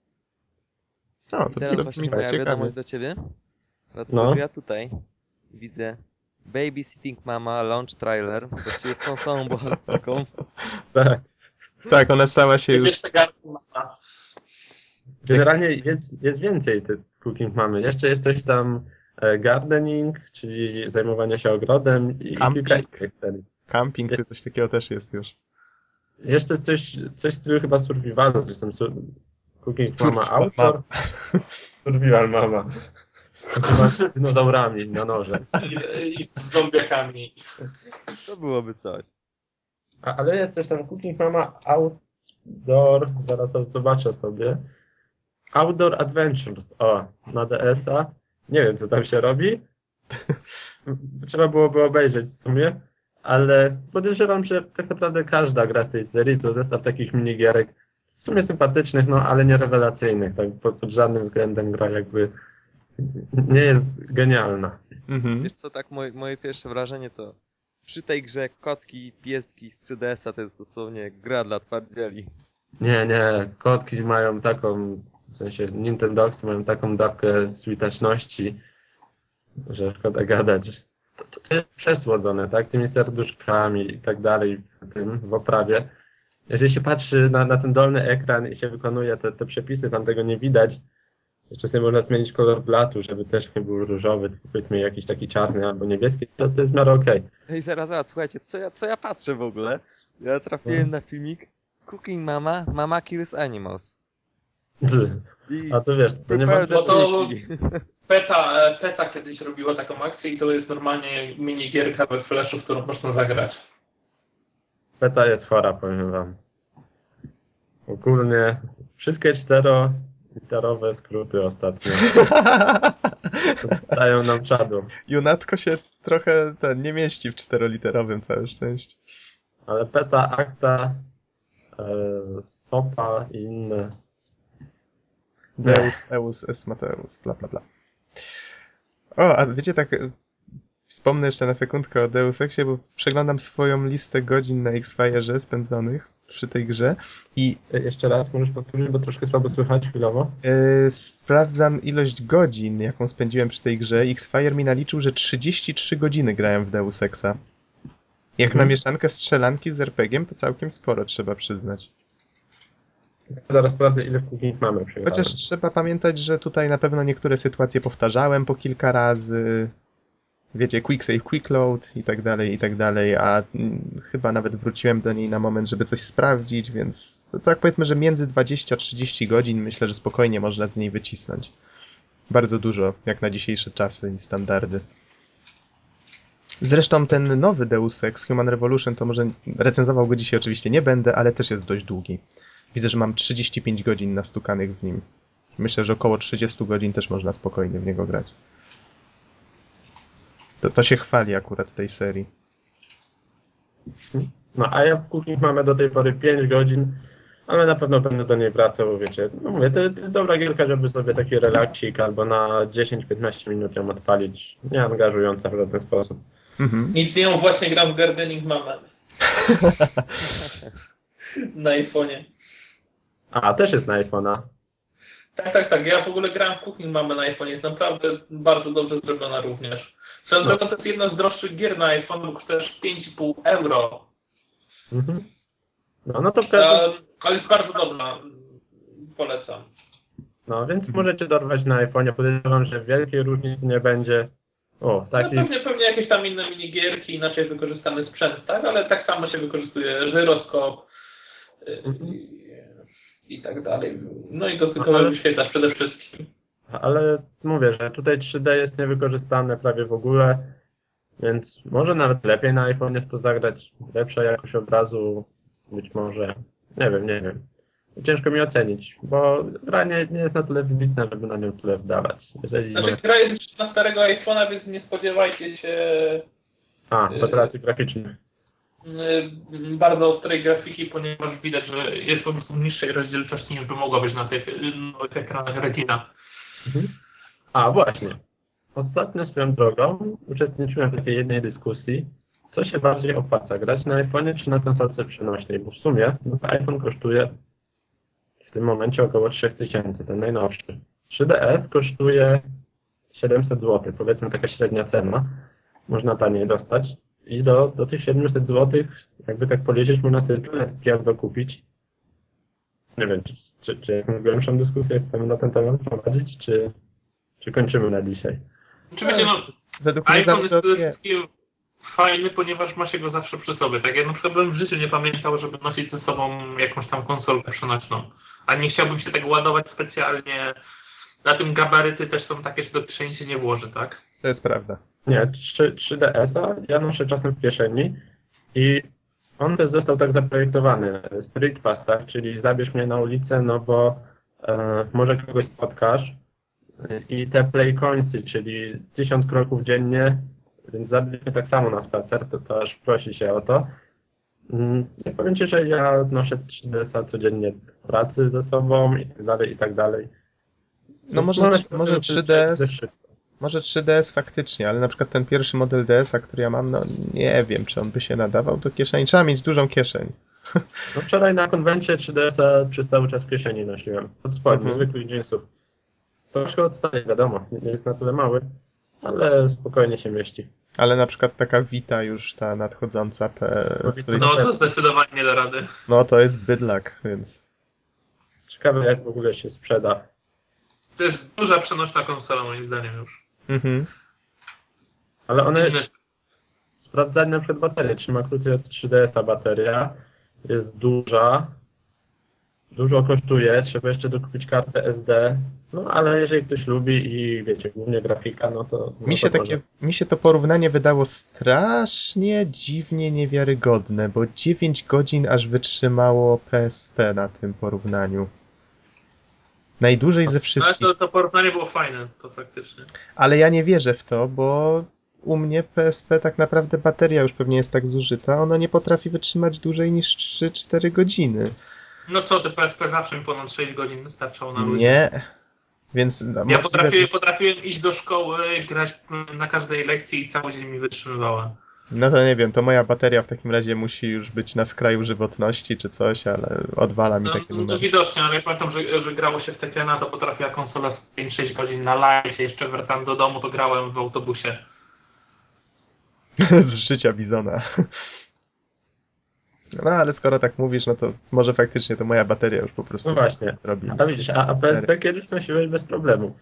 No, I to teraz to właśnie brzmi moja ciekawie. wiadomość do ciebie. Dlatego, No. że ja tutaj widzę Babysitting Mama Launch Trailer, właściwie jest tą samą bohaterką. Tak. Tak, ona stała się Jest już... jeszcze Gartmana. Generalnie jest, jest więcej tych cooking mamy. Jeszcze jest coś tam e, gardening, czyli zajmowanie się ogrodem i Camping. kilka innych serii. Camping czy coś takiego też jest już. Jeszcze coś, coś w stylu chyba survivalu, coś tam sur cooking Survival mama outdoor. Survival mama. Chyba z dinozaurami na noże. I, I z zombiakami. To byłoby coś. A, ale jest coś tam cooking mama outdoor, zaraz aż zobaczę sobie. Outdoor Adventures, o, na D S-a. Nie wiem, co tam się robi. Trzeba byłoby obejrzeć w sumie, ale podejrzewam, że tak naprawdę każda gra z tej serii to zestaw takich minigierek w sumie sympatycznych, no ale nie rewelacyjnych. Tak, pod, pod żadnym względem gra jakby nie jest genialna. Mhm. Wiesz co, tak moje, moje pierwsze wrażenie to przy tej grze kotki i pieski z trzy D S-a to jest dosłownie gra dla twardzieli. Nie, nie, kotki mają taką, w sensie Nintendogsy mają taką dawkę switaczności, że szkoda gadać. To, to, to jest przesłodzone, tak? Tymi serduszkami i tak dalej w tym, w oprawie. Jeżeli się patrzy na, na ten dolny ekran i się wykonuje te, te przepisy, tam tego nie widać. Jeszcze sobie można zmienić kolor blatu, żeby też nie był różowy, tylko powiedzmy jakiś taki czarny albo niebieski, to, to jest w miarę okej. Ej, zaraz, zaraz, słuchajcie, co ja, co ja patrzę w ogóle? Ja trafiłem na filmik Cooking Mama, Mama Kills Animals. I A to wiesz, to nie prepare ma... the Bo to- turkey. PETA, e, PETA kiedyś robiła taką akcję i to jest normalnie minigierka we Flashu, w którą można zagrać. PETA jest chora, powiem wam. Ogólnie wszystkie czteroliterowe skróty ostatnio dają nam czadu. Junatko się trochę ten, nie mieści w czteroliterowym, całe szczęście. Ale PETA, ACTA, e, SOPA i inne. Deus, Eus, Es Mateus, bla bla bla. O, a wiecie, tak e, wspomnę jeszcze na sekundkę o Deus Exie, bo przeglądam swoją listę godzin na X-Fire'ze spędzonych przy tej grze i E, Jeszcze raz możesz powtórzyć, bo troszkę słabo słychać chwilowo. e, sprawdzam ilość godzin, jaką spędziłem przy tej grze. X-Fire mi naliczył, że trzydzieści trzy godziny grałem w Deus Exa. Jak Mhm. na mieszankę strzelanki z er pe gie em, to całkiem sporo, trzeba przyznać. Zaraz sprawdzę, ile w Cooking mamy przyjechałem. Chociaż trzeba pamiętać, że tutaj na pewno niektóre sytuacje powtarzałem po kilka razy. Wiecie, quick save, quick load i tak dalej, i tak dalej, a mm, chyba nawet wróciłem do niej na moment, żeby coś sprawdzić, więc to tak powiedzmy, że między dwadzieścia a trzydzieści godzin myślę, że spokojnie można z niej wycisnąć. Bardzo dużo, jak na dzisiejsze czasy i standardy. Zresztą ten nowy Deus Ex, Human Revolution, to może recenzował go dzisiaj oczywiście nie będę, ale też jest dość długi. Widzę, że mam trzydzieści pięć godzin nastukanych w nim. Myślę, że około trzydzieści godzin też można spokojnie w niego grać. To, to się chwali akurat tej serii. No a ja w Cooking mamy do tej pory pięć godzin, ale na pewno będę do niej wracał, bo wiecie, no mówię, to, to jest dobra gierka, żeby sobie taki relaksik albo na dziesięć piętnaście minut ją odpalić, nie angażująca w żaden sposób. Mhm. Nic nie mów, właśnie gram w Gardening Mamę na iPhone'ie. A, też jest na iPhone'a. Tak, tak, tak. Ja w ogóle grałem w Cooking Mamę na iPhone. Jest naprawdę bardzo dobrze zrobiona również. Swoją No. drogą to jest jedna z droższych gier na iPhone, bo kosztuje aż pięć i pół euro. Mhm. No, no to w każdym... Um, ale jest bardzo dobra. Polecam. No, więc możecie dorwać na iPhone'ie. Podejrzewam, że wielkiej różnicy nie będzie. O, No taki... pewnie, pewnie jakieś tam inne minigierki, inaczej wykorzystany sprzęt, tak? Ale tak samo się wykorzystuje żyroskop y, Mhm. i, i tak dalej. No i dotykowy No, ale- wyświetlacz przede wszystkim. Ale mówię, że tutaj trzy D jest niewykorzystane prawie w ogóle, więc może nawet lepiej na iPhone'ie w to zagrać. Lepsza jakość obrazu, być może. Nie wiem, nie wiem. Ciężko mi ocenić, bo gra nie, nie jest na tyle wybitna, żeby na nią tyle wdawać. Jeżeli Znaczy ma... gra jest jeszcze na starego iPhone'a, więc nie spodziewajcie się A, operacji graficznych. y, bardzo ostrej grafiki, ponieważ widać, że jest po prostu niższej rozdzielczości niż by mogła być na tych y, nowych ekranach Retina. Mhm. A, właśnie. Ostatnio swoją drogą uczestniczyłem w takiej jednej dyskusji, co się bardziej opłaca, grać na iPhone'ie czy na konsolce przenośnej, bo w sumie no, iPhone kosztuje w tym momencie około trzy tysiące, ten najnowszy. trzy D S kosztuje siedemset złotych, powiedzmy taka średnia cena, można taniej dostać i do, do tych siedemset złotych, jakby tak policzyć, można sobie tyle gier dokupić. Nie wiem, czy, czy, czy jakąś głębszą dyskusję chcemy na ten temat prowadzić, czy, czy kończymy na dzisiaj? Oczywiście, no, Według mnie iPhone jest zawsze przede nie. wszystkim fajny, ponieważ ma się go zawsze przy sobie. Tak, ja na przykład bym w życiu nie pamiętał, żeby nosić ze sobą jakąś tam konsolkę przenośną. A nie chciałbym się tak ładować specjalnie. Na tym gabaryty też są takie, że do kieszeni się nie włoży, tak? To jest prawda. Nie, trzy D S a ja noszę czasem w kieszeni i on też został tak zaprojektowany. Street Pass, tak? Czyli zabierz mnie na ulicę, no bo e, może kogoś spotkasz. I te play coinsy, czyli tysiąc kroków dziennie, więc zabierz mnie tak samo na spacer, to, to aż prosi się o to. Mm, Ja powiem Ci, że ja noszę trzy D S a codziennie do pracy ze sobą i tak dalej, i tak dalej. No Więc może, można trz- się może przyzwyczaić trzy D do S. wszystkiego. Może trzy D S faktycznie, ale na przykład ten pierwszy model D S a, który ja mam, no nie wiem, czy on by się nadawał do kieszeni. Trzeba mieć dużą kieszeń. No wczoraj na konwencie trzy D S a przez cały czas w kieszeni nosiłem. Od spodni, Mhm. zwykłych jeansów. Troszkę odstaje, wiadomo, nie jest na tyle mały, ale spokojnie się mieści. Ale na przykład taka Vita już, ta nadchodząca, P... No, Vita której- No pewno. to zdecydowanie nie da rady. no to jest bydlak, więc... Ciekawe jak w ogóle się sprzeda. To jest duża przenośna konsola moim zdaniem już. Mhm. Ale one Inne- sprawdzali na przykład baterię. Trzyma krócej od trzy D S a bateria. Jest duża. dużo kosztuje, trzeba jeszcze dokupić kartę S D, no ale jeżeli ktoś lubi i wiecie, głównie grafika, no to, no Mi się, to takie, może. mi się to porównanie wydało strasznie dziwnie niewiarygodne, bo dziewięć godzin aż wytrzymało P S P na tym porównaniu. Najdłużej ze Ale wszystkich. to, to porównanie było fajne, to faktycznie. Ale ja nie wierzę w to, bo u mnie P S P tak naprawdę bateria już pewnie jest tak zużyta, ona nie potrafi wytrzymać dłużej niż trzy cztery godziny. No co ty, P S P zawsze mi ponad sześć godzin wystarczało na luzie. Nie, więc no, Ja możliwe, że... potrafiłem, potrafiłem iść do szkoły, grać na każdej lekcji i cały dzień mi wytrzymywała. No to nie wiem, to moja bateria w takim razie musi już być na skraju żywotności czy coś, ale odwala mi No, takie no numery. widocznie, ale ja pamiętam, że, że grało się w Tekena, to potrafiła konsola z pięć sześć godzin na live, jeszcze wracałem do domu, to grałem w autobusie. Z życia Bizona. No ale skoro tak mówisz, no to może faktycznie to moja bateria już po prostu No właśnie, robi. a widzisz, a, a P S P kiedyś nosiłeś bez problemu.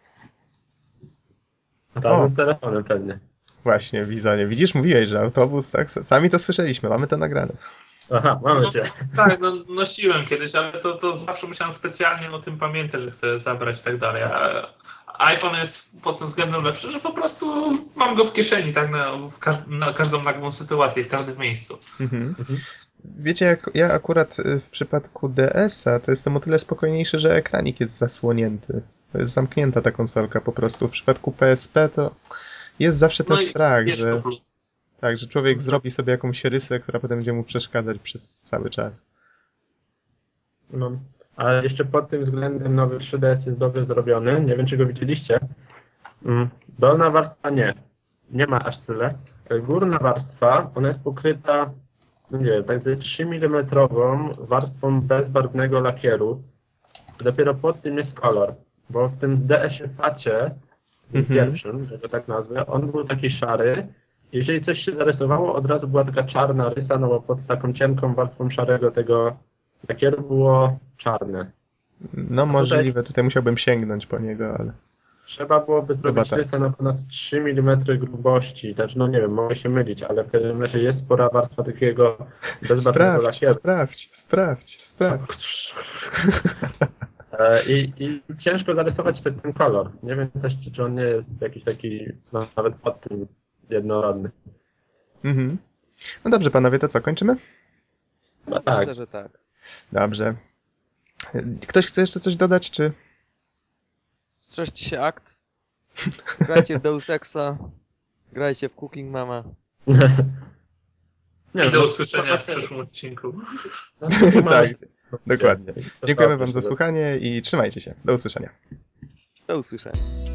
Razem O, z telefonem pewnie. właśnie, Bizonie. Widzisz, mówiłeś, że autobus, tak? Sami to słyszeliśmy, mamy to nagrane. Aha, mamy No, cię. tak, no, nosiłem kiedyś, ale to, to zawsze musiałem specjalnie o tym pamiętać, że chcę zabrać i tak dalej. A iPhone jest pod tym względem lepszy, że po prostu mam go w kieszeni, tak, na, w każ- na każdą nagłą sytuację, w każdym miejscu. Mhm. Mhm. Wiecie, jak ja akurat y, w przypadku D S-a to jestem o tyle spokojniejszy, że ekranik jest zasłonięty. To jest zamknięta ta konsolka po prostu. W przypadku P S P to jest zawsze ten No i strach, jest to że, plus. tak, że człowiek Mhm. zrobi sobie jakąś rysę, która potem będzie mu przeszkadzać przez cały czas. No. Ale jeszcze pod tym względem nowy trzy D S jest dobrze zrobiony. Nie wiem, czy go widzieliście. Mm, Dolna warstwa nie. Nie ma aż tyle. Górna warstwa, ona jest pokryta, no nie wiem, tak ze trzy milimetry warstwą bezbarwnego lakieru. Dopiero pod tym jest kolor. Bo w tym D S-ie Facie, tym Mhm. pierwszym, że go tak nazwę, on był taki szary. Jeżeli coś się zarysowało, od razu była taka czarna rysa, no bo pod taką cienką warstwą szarego tego lakieru było czarne. No A tutaj możliwe, tutaj musiałbym sięgnąć po niego, ale trzeba byłoby zrobić tak. rysa na ponad trzy milimetry grubości. Znaczy, no nie wiem, mogę się mylić, ale w każdym razie jest spora warstwa takiego bezbarwnego sprawdź, lakieru. sprawdź, sprawdź, sprawdź. E, I, I ciężko zarysować ten, ten kolor. Nie wiem też, czy, czy on nie jest jakiś taki, no, nawet pod tym jednorodny. Mhm. No dobrze, panowie, to co, kończymy? No tak. Myślę, że tak. Dobrze. Ktoś chce jeszcze coś dodać, czy... Strzeżcie się akt. Grajcie w Deus Exa. Grajcie w Cooking Mama. Nie, I do no, usłyszenia w właśnie- przyszłym odcinku. no, mamy Tak, się- dokładnie. To Dziękujemy dobrze, wam za że- słuchanie i trzymajcie się. Do usłyszenia. Do usłyszenia.